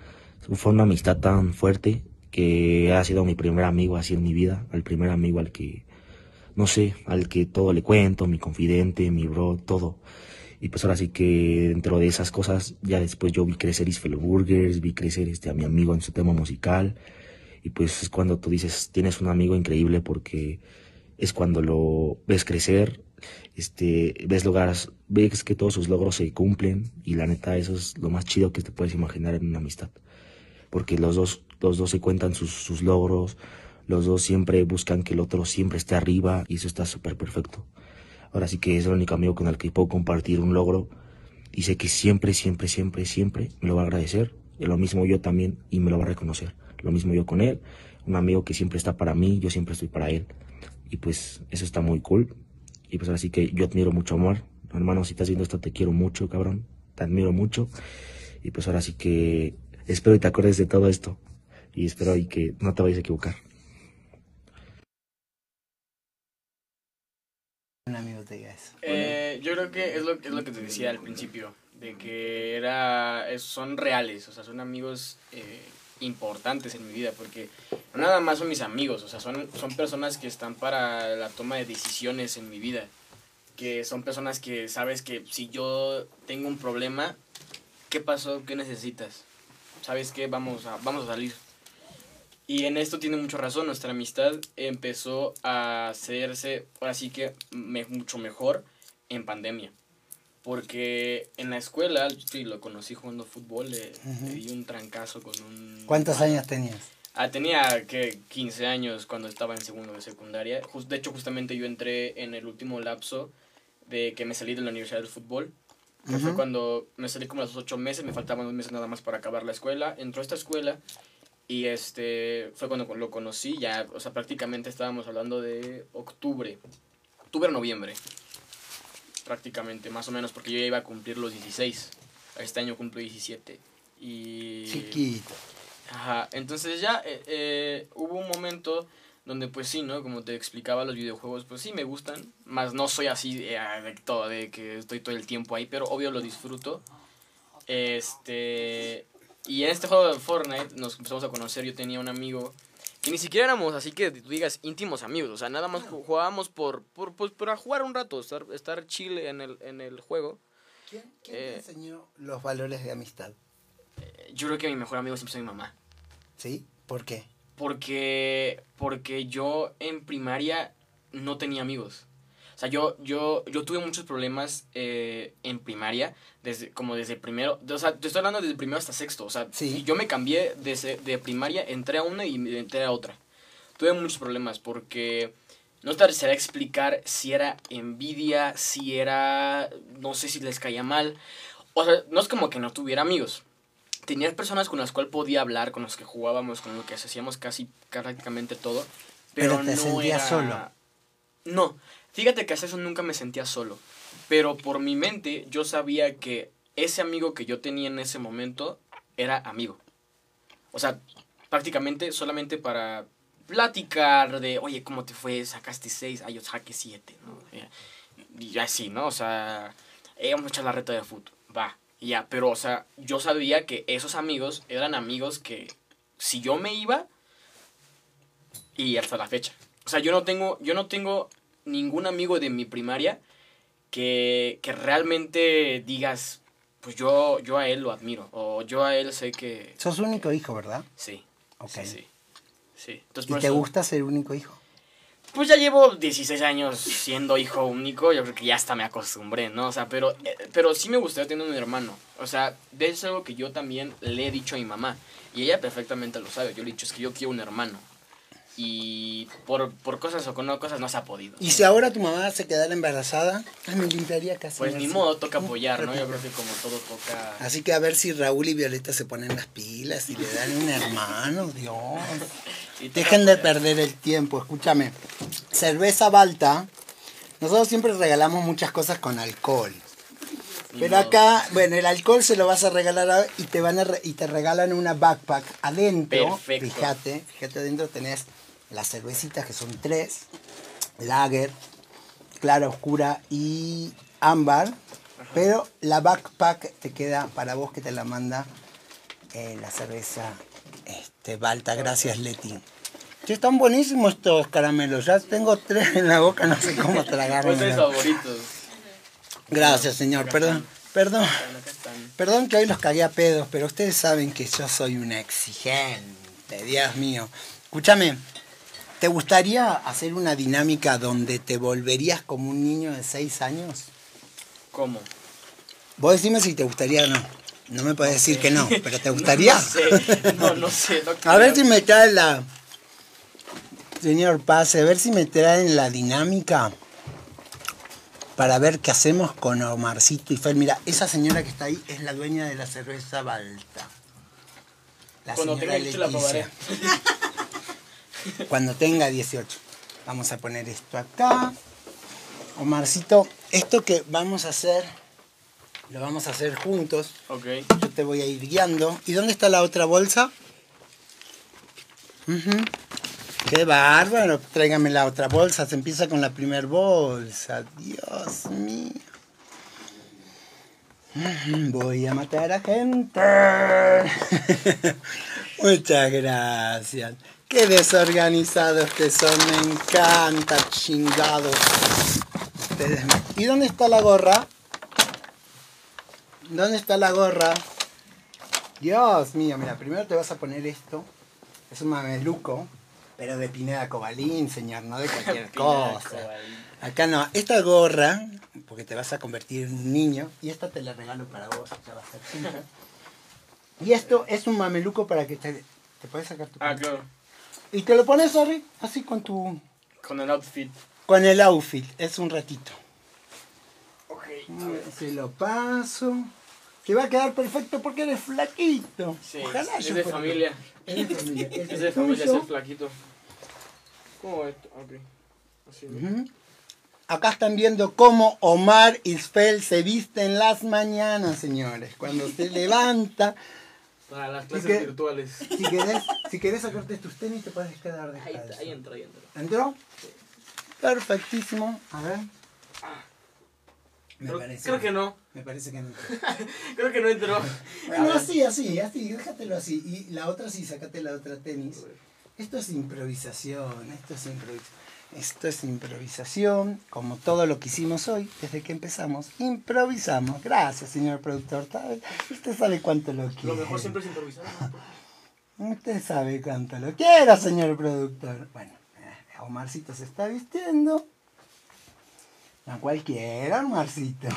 Fue una amistad tan fuerte que ha sido mi primer amigo así en mi vida, el primer amigo al que, no sé, al que todo le cuento, mi confidente, mi bro, todo. Y pues ahora sí que dentro de esas cosas, ya después yo vi crecer Isfelo Burgers, vi crecer este, a mi amigo en su tema musical. Y pues es cuando tú dices, tienes un amigo increíble porque es cuando lo ves crecer, este, ves logras, ves que todos sus logros se cumplen y la neta eso es lo más chido que te puedes imaginar en una amistad. Porque los dos, los dos se cuentan sus, sus logros, los dos siempre buscan que el otro siempre esté arriba y eso está súper perfecto. Ahora sí que es el único amigo con el que puedo compartir un logro y sé que siempre, siempre, siempre, siempre me lo va a agradecer. Y lo mismo yo también y me lo va a reconocer. Lo mismo yo con él, un amigo que siempre está para mí, yo siempre estoy para él. Y pues eso está muy cool. Y pues ahora sí que yo admiro mucho a Omar. Hermano, si estás viendo esto, te quiero mucho, cabrón. Te admiro mucho. Y pues ahora sí que espero y te acuerdes de todo esto. Y espero y que no te vayas a equivocar. Un amigo te diga eso. Eh, yo creo que es lo, es lo que te decía al principio, de que era, es- son reales, o sea, son amigos eh, importantes en mi vida, porque no nada más son mis amigos, o sea, son, son personas que están para la toma de decisiones en mi vida, que son personas que sabes que si yo tengo un problema, ¿qué pasó? ¿Qué necesitas? ¿Sabes qué? Vamos a, vamos a salir. Y en esto tiene mucha razón, nuestra amistad empezó a hacerse, ahora sí que me- mucho mejor en pandemia. Porque en la escuela, sí, lo conocí jugando fútbol, le, le di un trancazo con un... ¿Cuántos años tenías? Ah, tenía que quince años cuando estaba en segundo de secundaria. Jus- de hecho, justamente yo entré en el último lapso de que me salí de la Universidad del Fútbol. Que fue Ujú. cuando me salí como a los ocho meses, me faltaban dos meses nada más para acabar la escuela. Entró a esta escuela y este fue cuando lo conocí, ya, o sea, prácticamente estábamos hablando de octubre, octubre o noviembre, prácticamente, más o menos, porque yo ya iba a cumplir los dieciséis, este año cumplo diecisiete, y... Chiquito. Ajá, entonces ya eh, eh, hubo un momento donde pues sí, ¿no? Como te explicaba, los videojuegos pues sí me gustan, más no soy así de, ah, de todo, de que estoy todo el tiempo ahí, pero obvio lo disfruto. Este... Y en este juego de Fortnite nos empezamos a conocer, yo tenía un amigo que ni siquiera éramos así que tú digas íntimos amigos, o sea, nada más ju- jugábamos por, por, pues, para jugar un rato, estar, estar chill en el, en el juego. ¿Quién, quién Eh, te enseñó los valores de amistad? Yo creo que mi mejor amigo siempre fue mi mamá. ¿Sí? ¿Por qué? Porque, porque yo en primaria no tenía amigos. O sea, yo, yo, yo tuve muchos problemas eh, en primaria, desde, como desde primero, o sea, te estoy hablando desde primero hasta sexto. O sea, Sí. yo me cambié de, de primaria, entré a una y me entré a otra. Tuve muchos problemas porque no te sabría explicar si era envidia, si era, no sé si les caía mal. O sea, no es como que no tuviera amigos. Tenía personas con las cuales podía hablar, con las que jugábamos, con las que hacíamos casi prácticamente todo. Pero, Pero te no sentías era... solo. No, fíjate que hasta eso nunca me sentía solo. Pero por mi mente yo sabía que ese amigo que yo tenía en ese momento era amigo. O sea, prácticamente solamente para platicar de, oye, ¿cómo te fue? ¿Sacaste seis? Ah, yo saqué siete, ¿no? Y así, ¿no? O sea, eh, vamos a echar la reta de fútbol, va. Y ya, pero, o sea, yo sabía que esos amigos eran amigos que si yo me iba, y hasta la fecha. O sea, yo no tengo, yo no tengo ningún amigo de mi primaria que, que realmente digas, pues yo, yo a él lo admiro, o yo a él sé que... Sos su único hijo, ¿verdad? Sí, Ok. sí, sí. Sí. Entonces, ¿Y por te eso- gusta ser único hijo? Pues ya llevo dieciséis años siendo hijo único, yo creo que ya hasta me acostumbré, ¿no? O sea, pero, eh, pero sí me gustaría tener un hermano. O sea, de eso es algo que yo también le he dicho a mi mamá. Y ella perfectamente lo sabe. Yo le he dicho, es que yo quiero un hermano. Y por, por cosas o con no cosas no se ha podido. ¿Y si ahora tu mamá se quedara embarazada? Ay, me limpiaría casi. Pues ni así. modo, toca Uh, apoyar, ¿no? Yo repito. creo que como todo toca... Así que a ver si Raúl y Violeta se ponen las pilas y le dan un hermano, Dios. Sí, toca Dejen de apoyar. perder el tiempo, escúchame. Cerveza Balta. Nosotros siempre regalamos muchas cosas con alcohol. Ni Pero modo. acá, bueno, el alcohol se lo vas a regalar a- y te van a re- y te regalan una backpack adentro. Perfecto. Fíjate, fíjate adentro tenés las cervecitas que son tres, lager, clara, oscura y ámbar. Pero la backpack te queda para vos que te la manda eh, la cerveza este, Balta. Gracias, Leti. Sí, están buenísimos estos caramelos. Ya tengo tres en la boca, no sé cómo tragarme. Pues favoritos. Gracias, señor. Perdón, perdón. Acá están. Perdón que hoy los cagué a pedos, pero ustedes saben que yo soy un exigente, Dios mío. Escúchame, ¿te gustaría hacer una dinámica donde te volverías como un niño de seis años? ¿Cómo? Vos decime si te gustaría o no. No me puedes decir que no, pero ¿te gustaría? No, no sé, no, no sé. No A ver si me trae la... Señor Pase, a ver si me traen la dinámica para ver qué hacemos con Omarcito y Fer. Mira, esa señora que está ahí es la dueña de la cerveza Balta. La Cuando señora tenga dieciocho la probaré. Cuando tenga dieciocho. Vamos a poner esto acá. Omarcito, esto que vamos a hacer, lo vamos a hacer juntos. Ok. Yo te voy a ir guiando. ¿Y dónde está la otra bolsa? Uh-huh. ¡Qué bárbaro! Tráigame la otra bolsa. Se empieza con la primera bolsa. Dios mío. Voy a matar a gente. Muchas gracias. Qué desorganizados que son. Me encanta, chingados. Ustedes me... ¿Y dónde está la gorra? ¿Dónde está la gorra? Dios mío, mira, primero te vas a poner esto. Es un mameluco. Pero de Pineda Cobalín, señor, no de cualquier cosa. Acá no. Esta gorra, porque te vas a convertir en un niño, y esta te la regalo para vos, ya va a ser tuya. Y esto es un mameluco para que te, te puedes sacar tu... Ah, claro. Y te lo pones, Harry, así con tu... Con el outfit. Con el outfit, es un ratito. Ok. Se lo paso. Te va a quedar perfecto porque eres flaquito. Sí, Ojalá es yo de fuera- familia. Es de familia. Es el de familia tuyo. ser flaquito. ¿Cómo es? Ok. Así, ¿no? Ujú. Acá están viendo cómo Omar Isfel se viste en las mañanas, señores. Cuando se levanta. Para las Sí clases que- virtuales. Si querés, si querés sacarte tus tenis, te puedes quedar Ahí, descalzo. ahí entró, ahí entró. ¿Entró? Perfectísimo. A ver. Me Creo, parece. creo que no. Me parece que no. Creo que no entró. Bueno, así, así, así. Déjatelo así. Y la otra sí, sacate la otra tenis. Esto es improvisación. Esto es improvisación. Esto es improvisación, como todo lo que hicimos hoy, desde que empezamos. Improvisamos. Gracias, señor productor. ¿Sabe? Usted sabe cuánto lo quiere. Lo mejor siempre es improvisar. ¿no? Usted sabe cuánto lo quiero, señor productor. Bueno, eh, Omarcito se está vistiendo. No cualquiera, Omarcito.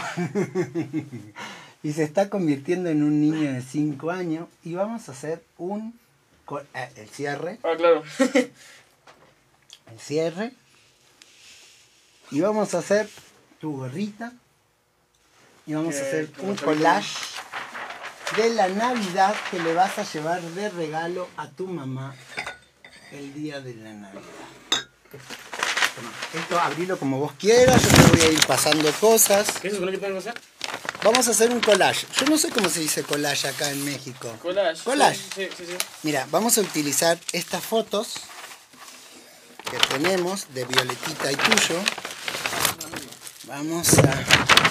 Y se está convirtiendo en un niño de cinco años. Y vamos a hacer un... co- eh, el cierre. Ah, claro. El cierre. Y vamos a hacer tu gorrita. Y vamos Que- a hacer como un se collage de la Navidad que le vas a llevar de regalo a tu mamá el día de la Navidad. Toma, esto abrilo como vos quieras, yo te voy a ir pasando cosas. ¿Qué se supone que tengo que hacer? Vamos a hacer un collage. Yo no sé cómo se dice collage acá en México. Collage. Collage. Sí, sí, sí. Mira, vamos a utilizar estas fotos que tenemos de Violetita y tuyo. Vamos a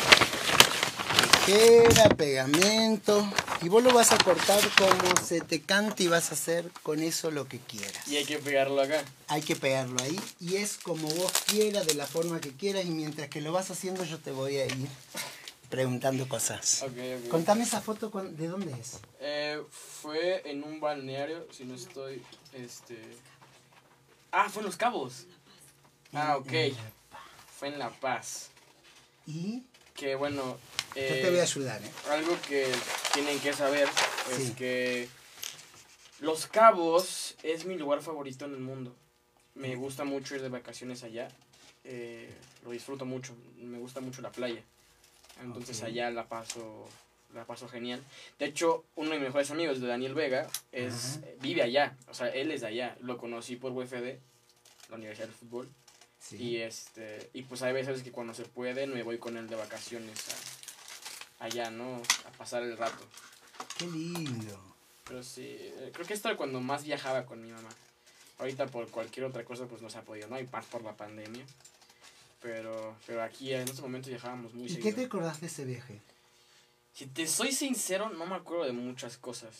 tijera, pegamento, y vos lo vas a cortar como se te cante y vas a hacer con eso lo que quieras. Y hay que pegarlo acá. Hay que pegarlo ahí y es como vos quieras, de la forma que quieras, y mientras que lo vas haciendo yo te voy a ir preguntando cosas. Ok, ok. Contame esa foto, con- ¿de dónde es? Eh, fue en un balneario, si no estoy, este... Ah, fue en Los Cabos. Ah, ok. En- Fue en La Paz. Y Que bueno... yo eh, te voy a ayudar, ¿eh? Algo que tienen que saber es Sí. que Los Cabos es mi lugar favorito en el mundo. Me gusta mucho ir de vacaciones allá. Eh, lo disfruto mucho. Me gusta mucho la playa. Entonces Ok. allá la paso, la paso genial. De hecho, uno de mis mejores amigos, de Daniel Vega, es, Ajá. vive allá. O sea, él es de allá. Lo conocí por U F D, la Universidad del Fútbol. Sí. Y este y pues hay veces que cuando se puede me voy con él de vacaciones a, allá, ¿no? A pasar el rato. Qué lindo. Pero sí, eh, creo que esto era cuando más viajaba con mi mamá. Ahorita por cualquier otra cosa pues no se ha podido, ¿no? Y más por la pandemia. Pero, pero aquí en estos momentos viajábamos muy ¿Y qué seguido. te acordás de ese viaje? Si te soy sincero, no me acuerdo de muchas cosas.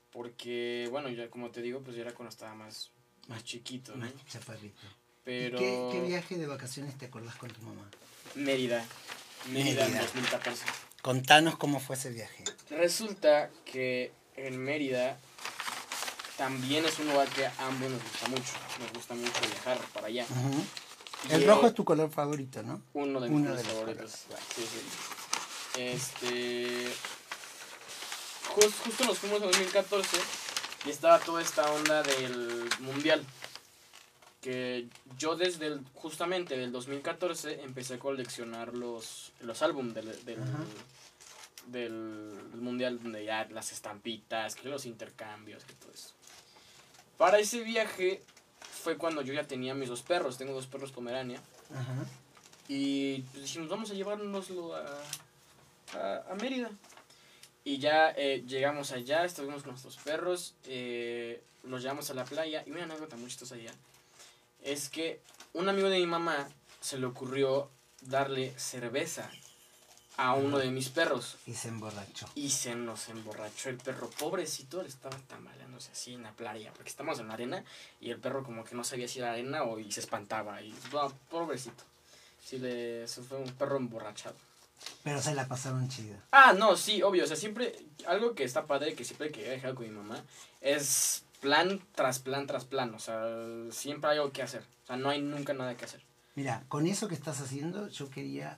porque, bueno, ya como te digo, pues ya era cuando estaba más, más chiquito, ¿no? Más chaparrito. Pero... ¿Y qué, qué viaje de vacaciones te acordás con tu mamá? Mérida. Mérida, en Mérida. dos mil catorce. Contanos cómo fue ese viaje. Resulta que en Mérida también es un lugar que a ambos nos gusta mucho. Nos gusta mucho viajar para allá. Uh-huh. Y El rojo es tu color favorito, ¿no? Uno de Uno mis de los favoritos. colores. Sí, sí. Este... Just, justo nos fuimos en dos mil catorce y estaba toda esta onda del mundial. Que yo desde el, justamente del dos mil catorce empecé a coleccionar los, los álbumes del, del, del, del mundial, donde ya las estampitas, que los intercambios, que todo eso. Para ese viaje fue cuando yo ya tenía mis dos perros, tengo dos perros Pomerania. Ajá. Y pues dijimos, vamos a llevárnoslo a, a, a Mérida. Y ya eh, llegamos allá, estuvimos con nuestros perros, eh, los llevamos a la playa. Y una anécdota muy chistosa allá es que un amigo de mi mamá se le ocurrió darle cerveza a uno de mis perros. Y se emborrachó. Y se nos emborrachó el perro. Pobrecito, le estaba tambaleándose así en la playa. Porque estamos en la arena y el perro como que no sabía si era arena o y se espantaba. Y no, pobrecito. Sí, le, se fue un perro emborrachado. Pero se la pasaron chida. Ah, no, sí, obvio. O sea, siempre, algo que está padre, que siempre que he dejado con mi mamá, es plan tras plan tras plan. O sea, siempre hay algo que hacer. O sea, no hay nunca nada que hacer. Mira, con eso que estás haciendo, yo quería...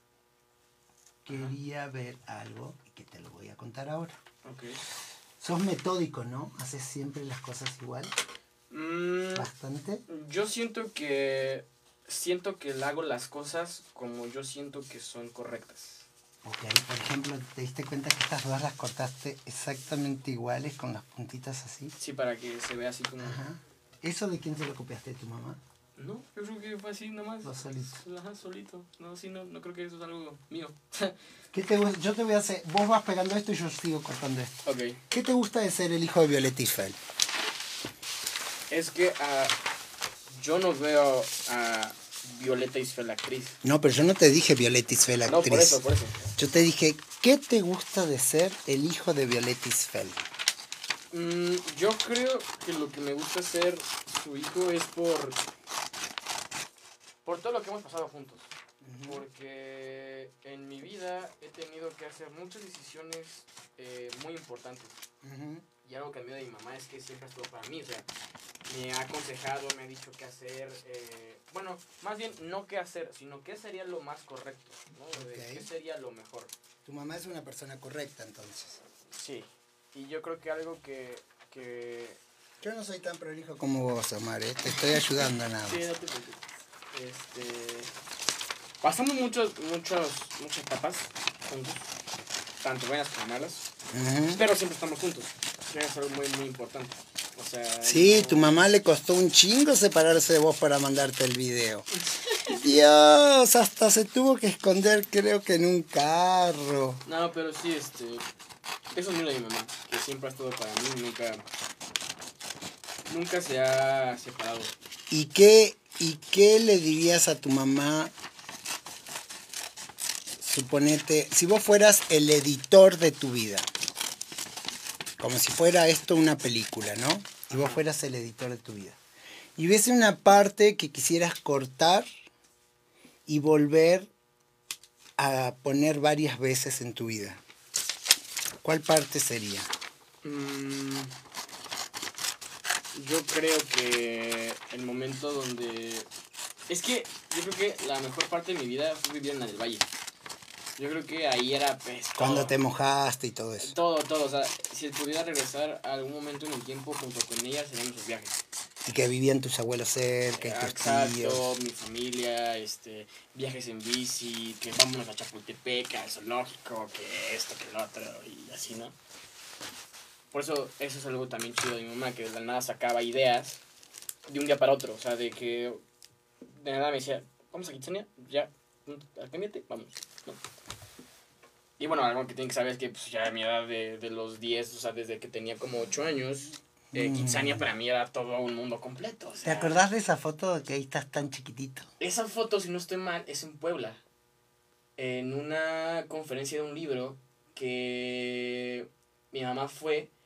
Quería ver algo que te lo voy a contar ahora. Ok. Sos metódico, ¿no? Haces siempre las cosas igual. Mm, Bastante. yo siento que... Siento que hago las cosas como yo siento que son correctas. Ok, por ejemplo, ¿te diste cuenta que estas dos las cortaste exactamente iguales con las puntitas así? Sí, para que se vea así como... Ajá. ¿Eso de quién se lo copiaste? ¿De tu mamá? No, yo creo que fue así nomás. Vos solito. Ajá, solito. No, sí, no, no creo que eso es algo mío. ¿Qué te, gu- yo te voy a hacer... Vos vas pegando esto y yo sigo cortando esto. Ok. ¿Qué te gusta de ser el hijo de Violeta Isfel? Es que uh, yo no veo a Violeta Isfel actriz. No, pero yo no te dije Violeta Isfel actriz. No, por eso, por eso. Yo te dije, ¿qué te gusta de ser el hijo de Violeta Isfel? Mm, yo creo que lo que me gusta ser su hijo es por... Por todo lo que hemos pasado juntos. Uh-huh. Porque en mi vida he tenido que hacer muchas decisiones eh, muy importantes. Uh-huh. Y algo que a mí de mi mamá es que siempre estuvo para mí. O sea, me ha aconsejado, me ha dicho qué hacer. Eh, bueno, más bien no qué hacer, sino qué sería lo más correcto, ¿no? Okay. Qué sería lo mejor. Tu mamá es una persona correcta, entonces. Sí. Y yo creo que algo que... que... Yo no soy tan prolijo como vos, Omar, ¿eh? Te estoy ayudando nada más. Sí, no te preocupes. Este... Pasamos muchos, muchos, muchas etapas juntos. Tanto buenas como malas. Uh-huh. Pero siempre estamos juntos. Que es algo muy, muy importante. O sea... Sí, no... tu mamá le costó un chingo separarse de vos para mandarte el video. Dios, hasta se tuvo que esconder, creo que en un carro. No, pero sí, este... Eso es muy de mi mamá, que siempre ha estado para mí, nunca... Nunca se ha separado. ¿Y qué, y qué le dirías a tu mamá? Suponete, si vos fueras el editor de tu vida, como si fuera esto una película, ¿no? Y vos fueras el editor de tu vida. Y hubiese una parte que quisieras cortar y volver a poner varias veces en tu vida. ¿Cuál parte sería? Mm, yo creo que el momento donde... Es que yo creo que la mejor parte de mi vida fue vivir en la del Valle. Yo creo que ahí era pues, cuando te mojaste y todo eso. Todo, todo. O sea, si pudiera regresar a algún momento en el tiempo junto con ella, serían esos viajes. Y que vivían tus abuelos cerca, y tus Exacto, tíos. Mi familia, este, viajes en bici, que vámonos a Chapultepec, al zoológico, que esto, que lo otro, y así, ¿no? Por eso, eso es algo también chido de mi mamá, que de la nada sacaba ideas de un día para otro. O sea, de que de nada me decía, vamos a Kitsania, ya, cámbiate, vamos, ¿no? Y bueno, algo que tienen que saber es que pues, ya a mi edad de, de los diez, o sea, desde que tenía como ocho años, eh, mm. Kitsania para mí era todo un mundo completo. O sea, ¿te acordás de esa foto de que ahí estás tan chiquitito? Esa foto, si no estoy mal, es en Puebla. En una conferencia de un libro que mi mamá fue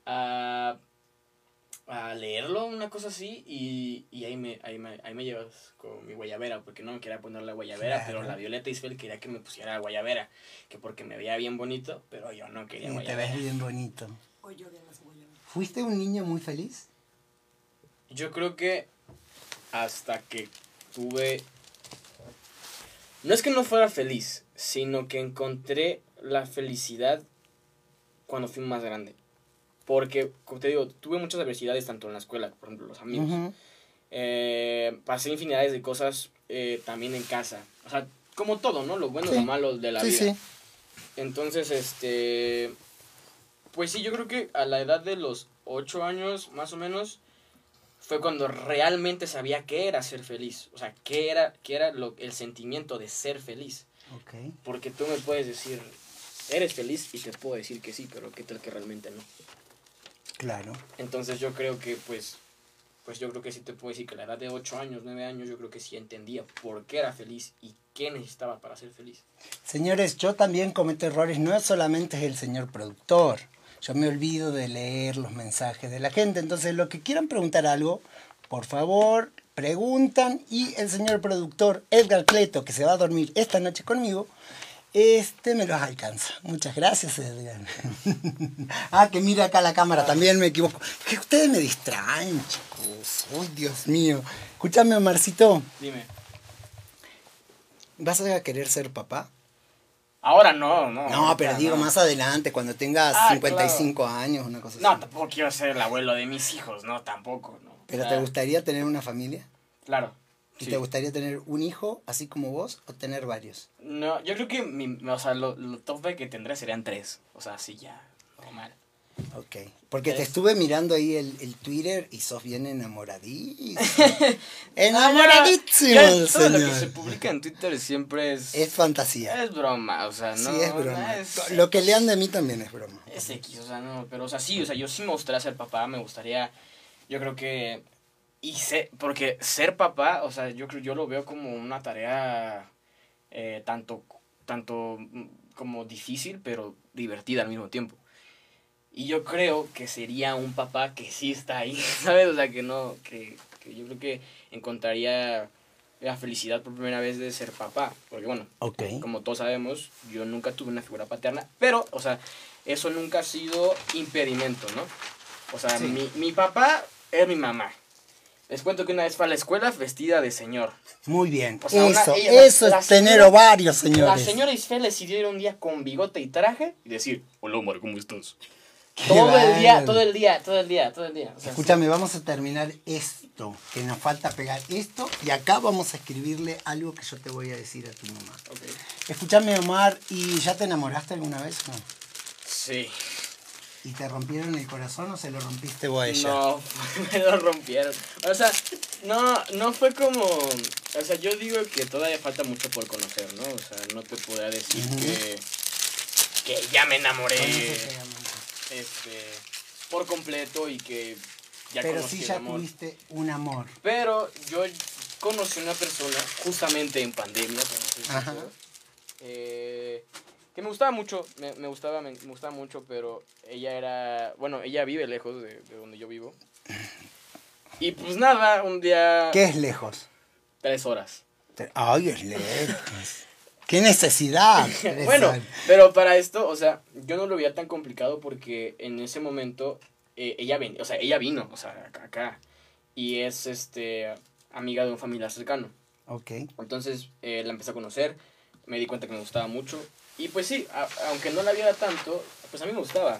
a, a leerlo, una cosa así, y, y ahí, me, ahí, me, ahí me llevas con mi guayabera, porque no me quería poner la guayabera, Claro. pero la Violeta Isfel quería que me pusiera guayabera, que porque me veía bien bonito, pero yo no quería Sí, te guayabera. ves bien bonito. Hoy lloré en las guayaberas. ¿Fuiste un niño muy feliz? Yo creo que hasta que tuve... No es que no fuera feliz, sino que encontré la felicidad cuando fui más grande. Porque, como te digo, tuve muchas adversidades tanto en la escuela, por ejemplo, los amigos. Ujú. Eh, pasé infinidades de cosas eh, también en casa. O sea, como todo, ¿no? Lo bueno y Sí. lo malo de la Sí, vida. sí. Entonces, este... Pues sí, yo creo que a la edad de los ocho años, más o menos, fue cuando realmente sabía qué era ser feliz. O sea, qué era, qué era lo, el sentimiento de ser feliz. Ok. Porque tú me puedes decir, eres feliz, y te puedo decir que sí, pero qué tal que realmente no. Claro. Entonces yo creo que, pues, pues yo creo que sí te puedo decir que a la edad de ocho años, nueve años, yo creo que sí entendía por qué era feliz y qué necesitaba para ser feliz. Señores, yo también cometo errores, no solamente es el señor productor. Yo me olvido de leer los mensajes de la gente. Entonces, lo que quieran preguntar algo, por favor, preguntan. Y el señor productor, Edgar Cleto, que se va a dormir esta noche conmigo, este me los alcanza. Muchas gracias, Edgar. Ah, que mira acá la cámara, también me equivoco. Que ustedes me distraen, chicos. Uy, Dios mío. Escúchame, Omarcito. Dime. ¿Vas a querer ser papá? Ahora no, no. No, ahorita pero digo, no. más adelante, cuando tengas Ah, cincuenta y cinco años, una cosa No, así. tampoco quiero ser el abuelo de mis hijos, no, tampoco, no. ¿Pero O te sea, gustaría tener una familia? Claro. ¿Y Sí. te gustaría tener un hijo, así como vos, o tener varios? No, yo creo que mi, o sea, lo, lo tope que tendré serían tres. O sea, sí, ya, normal. Ok. Porque te Tres. estuve mirando ahí el, el Twitter y sos bien enamoradísimo. Ah, Enamoradísimo, ya, el todo lo que se señor. publica en Twitter siempre es... Es fantasía. Es broma, o sea, no... Sí, es broma. Es, Lo que lean de mí también es broma. es X, o sea, no, pero, o sea, sí, o sea, yo sí me gustaría ser papá, me gustaría, yo creo que, y sé, porque ser papá, o sea, yo creo, yo lo veo como una tarea eh, tanto, tanto mm, como difícil, pero divertida al mismo tiempo. Y yo creo que sería un papá que sí está ahí, ¿sabes? O sea, que no, que, que yo creo que encontraría la felicidad por primera vez de ser papá. Porque bueno, Ok. como todos sabemos, yo nunca tuve una figura paterna, pero, o sea, eso nunca ha sido impedimento, ¿no? O sea, Sí. mi, mi papá es mi mamá. Les cuento que una vez fue a la escuela vestida de señor. Muy bien. O sea, una- eso, ella- eso la es tener señora- ovarios, La señores. señora Isfel decidió ir un día con bigote y traje y decir, hola Omar, ¿cómo estás? Qué Todo el día, bárbaro. todo el día, todo el día, todo el día. O sea, Escúchame, vamos a terminar esto, que nos falta pegar esto, y acá vamos a escribirle algo que yo te voy a decir a tu mamá. sí. Ok. Escúchame, Omar, ¿y ya te enamoraste alguna vez? No. Sí. ¿Y te rompieron el corazón o se lo rompiste vos a ella? No, me lo rompieron. O sea, no, no fue como... O sea, yo digo que todavía falta mucho por conocer, ¿no? O sea, no te podría decir Ujú. que, que ya me enamoré Conócete, amor. este, por completo y que ya Pero conocí sí el ya amor. tuviste un amor. Pero yo conocí una persona justamente en pandemia, para ser Ajá. sincero, eh, que me gustaba mucho, me, me gustaba, me, me gustaba mucho, pero ella era, bueno, ella vive lejos de, de donde yo vivo. Y pues nada, un día, ¿Qué es lejos? tres horas. Te- Ay, es lejos. ¿Qué necesidad? Tres Bueno, horas. pero para esto, o sea, yo no lo veía tan complicado porque en ese momento eh, ella ven, o sea, ella vino, o sea, acá, acá, y es este amiga de un familiar cercano. Ok. Entonces eh, la empecé a conocer, me di cuenta que me gustaba mucho. Y pues sí, a- aunque no la viera tanto, pues a mí me gustaba.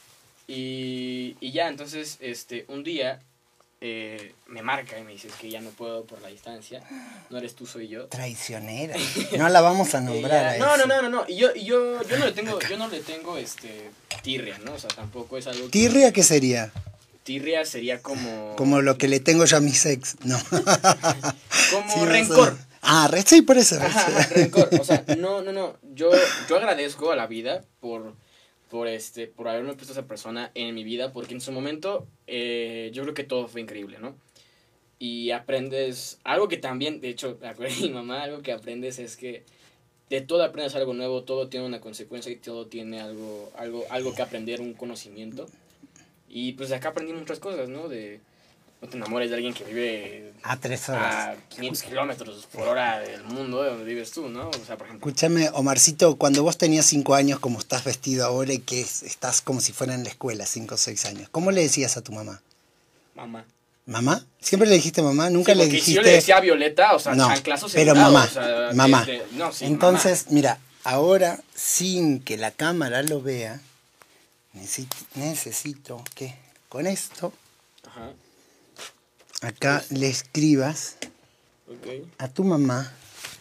Y, y ya, entonces, este, un día eh, me marca y me dice que ya no puedo por la distancia. No eres tú, soy yo. Traicionera. No la vamos a nombrar a Ella- no, eso. no, no, no, no. Y yo, y yo, yo no le tengo, yo no le tengo, este, tirria, ¿no? O sea, tampoco es algo que... ¿Tirria qué sería? Tirria sería como... Como lo que le tengo yo a mi ex. No. Como Sí, no sé. rencor. Ah, re- sí, por eso. Ajá, ajá, rencor. O sea, no, no, no. Yo, yo agradezco a la vida por, por, este, por haberme puesto a esa persona en mi vida, porque en su momento eh, yo creo que todo fue increíble, ¿no? Y aprendes, algo que también, de hecho, me acuerdo de mi mamá, algo que aprendes es que de todo aprendes algo nuevo, todo tiene una consecuencia y todo tiene algo, algo, algo que aprender, un conocimiento. Y pues de acá aprendí muchas cosas, ¿no? De no te enamores de alguien que vive A tres horas. a quinientos kilómetros por hora del mundo de donde vives tú, ¿no? O sea, por ejemplo... Escúchame, Omarcito, cuando vos tenías cinco años, como estás vestido ahora y que es- estás como si fuera en la escuela, cinco o seis años, ¿cómo le decías a tu mamá? Mamá. ¿Mamá? ¿Siempre le dijiste mamá? ¿Nunca Sí, le porque dijiste...? si yo le decía a Violeta, o sea, No, chanclazo pero segurado, mamá, o sea, mamá. de- de- no, sí, Entonces, mamá. mira, ahora, sin que la cámara lo vea, necesito, necesito que con esto, Ajá, acá le escribas ok. a tu mamá,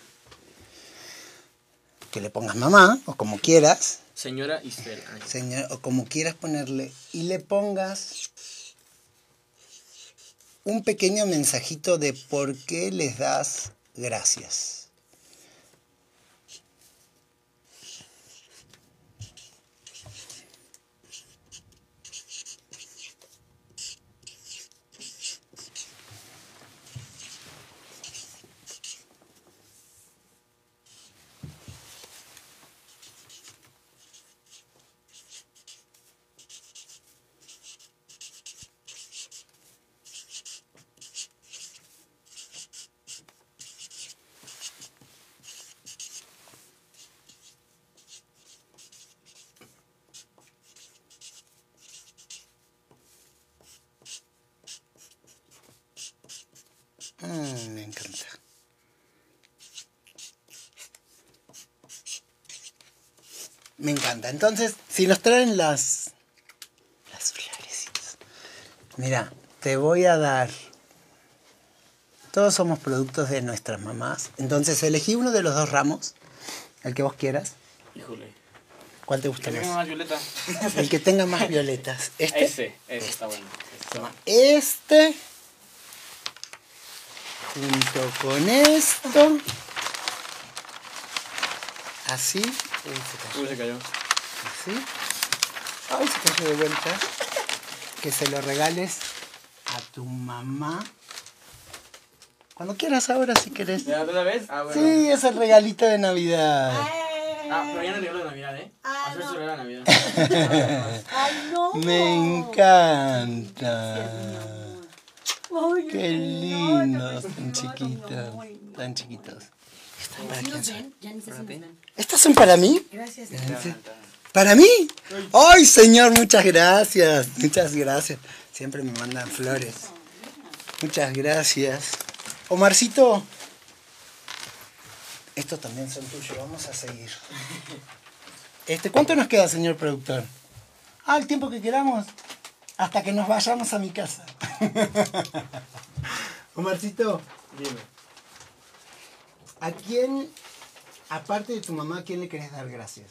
que le pongas mamá, o como quieras, Señora Isabel. Ay, señor, o como quieras ponerle, y le pongas un pequeño mensajito de por qué les das gracias. Mm, me encanta. Me encanta. Entonces, si nos traen las, las florecitas. Mira, te voy a dar. Todos somos productos de nuestras mamás. Entonces, elegí uno de los dos ramos, el que vos quieras. híjole. ¿Cuál te gusta ¿Qué tengo más? más, Violeta? El que tenga más violetas. ¿Este? Ese, ese está bueno. Está bueno. Este. Junto con esto. Así. Uy, se cayó. Uy, se cayó. Así. Ay, se cayó de vuelta. Que se lo regales a tu mamá. Cuando quieras ahora, si querés. ¿Ya de una vez? Ah, bueno. Sí, es el regalito de Navidad. Ah, pero ya no regalo de Navidad, ¿eh? Ah, Hacer no. su regalo de Navidad. ¡Ay, no! Me encanta. Ay, Qué no, lindos, no, tan no, chiquitos, no, no. tan chiquitos. Están para ¿Sí quién los sabe. ven? Ya ni sé si nos ven. ¿Estas son para mí? Gracias. ¿Para mí? ¡Ay, señor! Muchas gracias. Muchas gracias. Siempre me mandan flores. Muchas gracias. Omarcito. Estos también son tuyos. Vamos a seguir. Este, ¿cuánto nos queda, señor productor? Ah, el tiempo que queramos. Hasta que nos vayamos a mi casa. Omarcito, Dime. ¿a quién, aparte de tu mamá, a quién le querés dar gracias?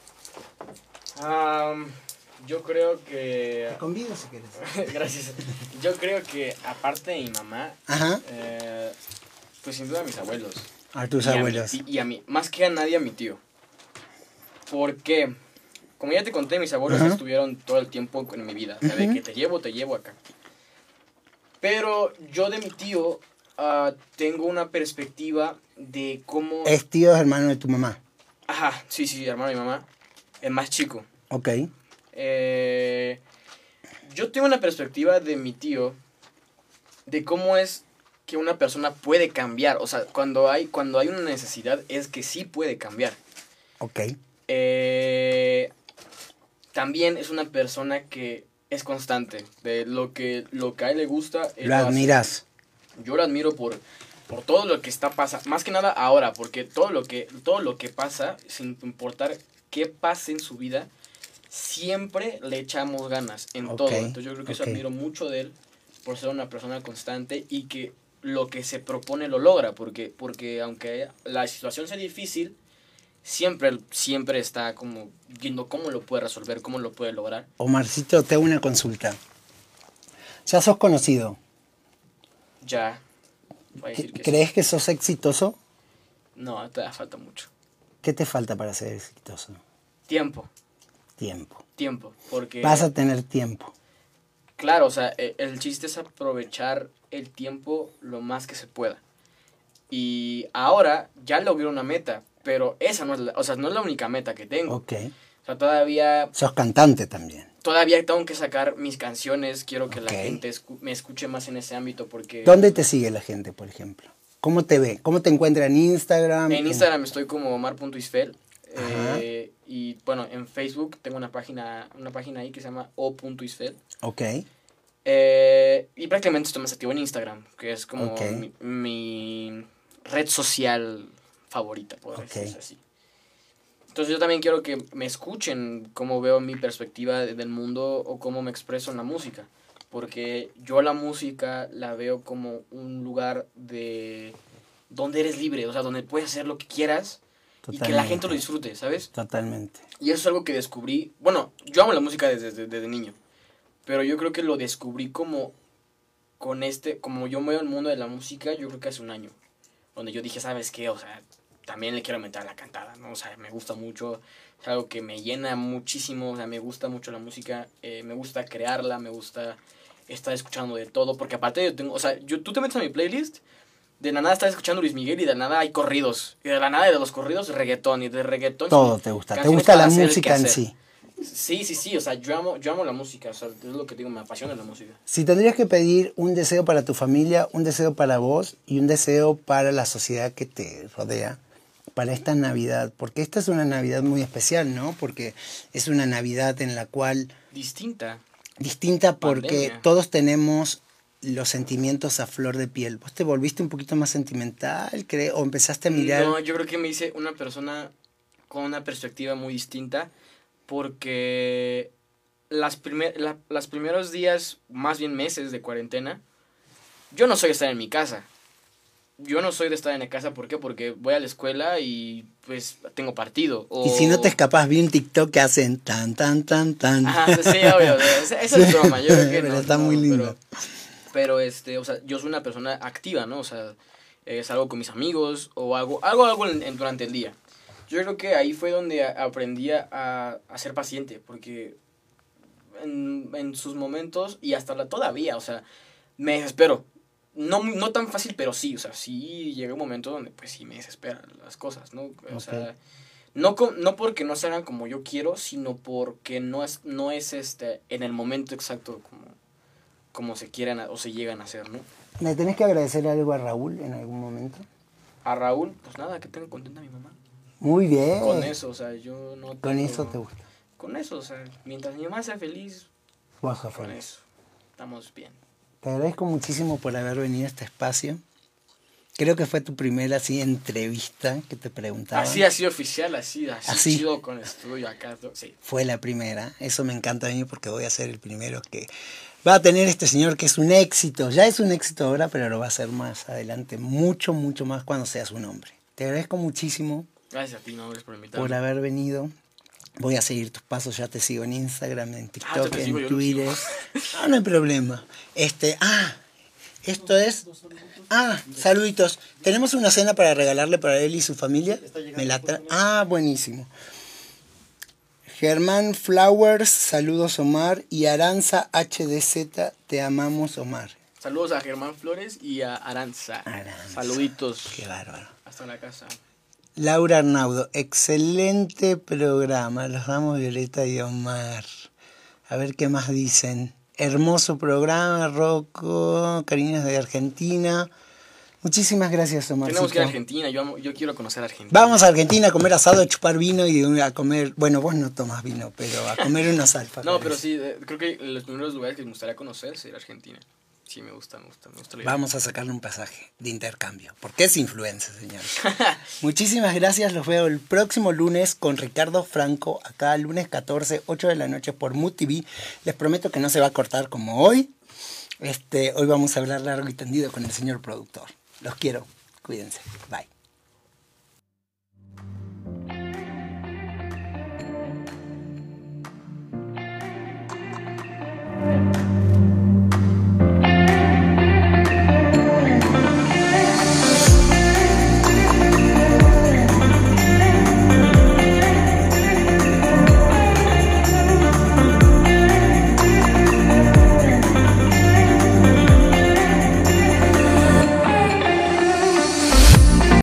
Am, yo creo que... Te convido si querés. Gracias. Yo creo que aparte de mi mamá, Ajá. eh, pues sin duda a mis abuelos. A tus Y a mi- abuelos. y, y a mí, más que a nadie a mi tío. Porque, como ya te conté, mis abuelos Ajá. estuvieron todo el tiempo en mi vida. O sea, de Ujú. que te llevo, te llevo acá. Pero yo de mi tío ah, tengo una perspectiva de cómo... Es tío hermano de tu mamá. Ajá, sí, sí, hermano de mi mamá. Es más chico. Ok. Eh, yo tengo una perspectiva de mi tío de cómo es que una persona puede cambiar. O sea, cuando hay, cuando hay una necesidad es que sí puede cambiar. Ok. Eh, también es una persona que es constante. De lo que, lo que a él le gusta. él Lo hace. admiras. Yo lo admiro por, por todo lo que está pasando. Más que nada ahora, porque todo lo que, todo lo que pasa, sin importar qué pase en su vida, siempre le echamos ganas en Ok, todo. Entonces yo creo que eso ok. admiro mucho de él por ser una persona constante y que lo que se propone lo logra. Porque, porque aunque la situación sea difícil, siempre, siempre está como viendo cómo lo puede resolver, cómo lo puede lograr. Omarcito, te hago una consulta. Ya sos conocido. Ya. Voy a decir que sí. ¿Crees que sos exitoso? No, te da falta mucho. ¿Qué te falta para ser exitoso? Tiempo. Tiempo. Tiempo. Porque... Vas a tener tiempo. Claro, o sea, e- el chiste es aprovechar el tiempo lo más que se pueda. Y ahora ya logré una meta, pero esa no es la, o sea, no es la única meta que tengo. Ok. O sea, todavía... Sos cantante también. Todavía tengo que sacar mis canciones, quiero que Ok. la gente escu- me escuche más en ese ámbito porque... ¿Dónde te sigue la gente, por ejemplo? ¿Cómo te ve? ¿Cómo te encuentra en Instagram? En Instagram estoy como omar.isfel. Ajá. Eh, y bueno, en Facebook tengo una página, una página ahí que se llama o.isfel. Ok. Eh, y prácticamente estoy más activo en Instagram, que es como Ok. mi, mi red social favorita, por Ok. decirlo así. Entonces yo también quiero que me escuchen cómo veo mi perspectiva de- del mundo o cómo me expreso en la música. Porque yo la música la veo como un lugar de donde eres libre, o sea, donde puedes hacer lo que quieras y que la gente lo Totalmente. disfrute, ¿sabes? Totalmente. Y eso es algo que descubrí. Bueno, yo amo la música desde, desde, desde niño. Pero yo creo que lo descubrí como con este, como yo me veo el mundo de la música, yo creo que hace un año. Donde yo dije, ¿sabes qué? O sea, también le quiero meter a la cantada, ¿no? O sea, me gusta mucho, es algo que me llena muchísimo, o sea, me gusta mucho la música, eh, me gusta crearla, me gusta estar escuchando de todo, porque aparte yo tengo, o sea, yo, tú te metes a mi playlist, de la nada estás escuchando Luis Miguel y de la nada hay corridos, y de la nada de los corridos reggaetón, y de reggaetón... Todo te gusta. Te canciones gusta para la hacer el música en quehacer. sí. Sí, sí, sí, o sea, yo amo, yo amo la música, o sea, es lo que digo, me apasiona la música. Si tendrías que pedir un deseo para tu familia, un deseo para vos y un deseo para la sociedad que te rodea, para esta Navidad, porque esta es una Navidad muy especial, ¿no? Porque es una Navidad en la cual, Distinta. distinta porque Pandemia. todos tenemos los sentimientos a flor de piel. ¿Vos te volviste un poquito más sentimental, creo? ¿O empezaste a mirar? No, yo creo que me hice una persona con una perspectiva muy distinta porque las, primer, la, las primeros días, más bien meses de cuarentena, yo no soy de estar en mi casa. Yo no soy de estar en la casa, ¿por qué? Porque voy a la escuela y pues tengo partido. O... Y si no te escapas, vi un TikTok que hacen tan, tan, tan, tan. Ajá, sí, obvio. Esa esa es broma, yo creo que Pero no, está no, muy lindo. Pero, pero, este, o sea, yo soy una persona activa, ¿no? O sea, eh, salgo con mis amigos o hago algo, algo en, en- durante el día. Yo creo que ahí fue donde a- aprendí a, a ser paciente, porque en, en sus momentos, y hasta la, todavía, o sea, me desespero. No, mu- no tan fácil, pero sí, o sea, sí llega un momento donde pues sí me desesperan las cosas, ¿no? O Ok. sea, no, co- no porque no se hagan como yo quiero, sino porque no es, no es este, en el momento exacto como, como se quieran a- o se llegan a hacer, ¿no? ¿Le tenés que agradecer algo a Raúl en algún momento? A Raúl, pues nada, que tenga contenta a mi mamá. Muy bien. Con eso, o sea, yo no Con tengo- eso te gusta. Con eso, o sea, mientras mi mamá sea feliz, Vos sos con feliz. eso, estamos bien. Te agradezco muchísimo por haber venido a este espacio. Creo que fue tu primera así entrevista que te preguntaba. Así, así oficial, así, así, Así. chido con estudio acá, to- sí. Fue la primera. Eso me encanta a mí porque voy a ser el primero que va a tener este señor que es un éxito. Ya es un éxito ahora, pero lo va a ser más adelante. Mucho, mucho más cuando seas un hombre. Te agradezco muchísimo Gracias a ti, no, gracias por invitarme. por haber venido. Voy a seguir tus pasos, ya te sigo en Instagram, en Ah, TikTok, ya te sigo, en yo no Twitter. sigo. No, no hay problema. Este, ah, esto es. Ah, saluditos. Tenemos una cena para regalarle para él y su familia. Me la tra- ah, buenísimo. Germán Flowers, saludos Omar. Y Aranza H D Z, te amamos Omar. Saludos a Germán Flores y a Aranza. Aranza. Saluditos. Qué bárbaro. Hasta la casa. Laura Arnaudo, excelente programa. Los damos Violeta y Omar. A ver qué más dicen. Hermoso programa, Rocco, cariños de Argentina. Muchísimas gracias, Omar. Tenemos que ir a Argentina, yo, amo- yo quiero conocer Argentina. Vamos a Argentina a comer asado, a chupar vino y a comer, bueno, vos no tomas vino, pero a comer unos alfajores. No, pero sí, eh, creo que los primeros lugares que me gustaría conocer sería Argentina. Sí, me gusta, me gusta, me gusta la idea. Vamos a sacarle un pasaje de intercambio, porque es influencer, señores. Muchísimas gracias, los veo el próximo lunes con Ricardo Franco, acá lunes catorce, ocho de la noche por Mood T V. Les prometo que no se va a cortar como hoy. Este, hoy vamos a hablar largo y tendido con el señor productor. Los quiero, cuídense, bye. Thank you.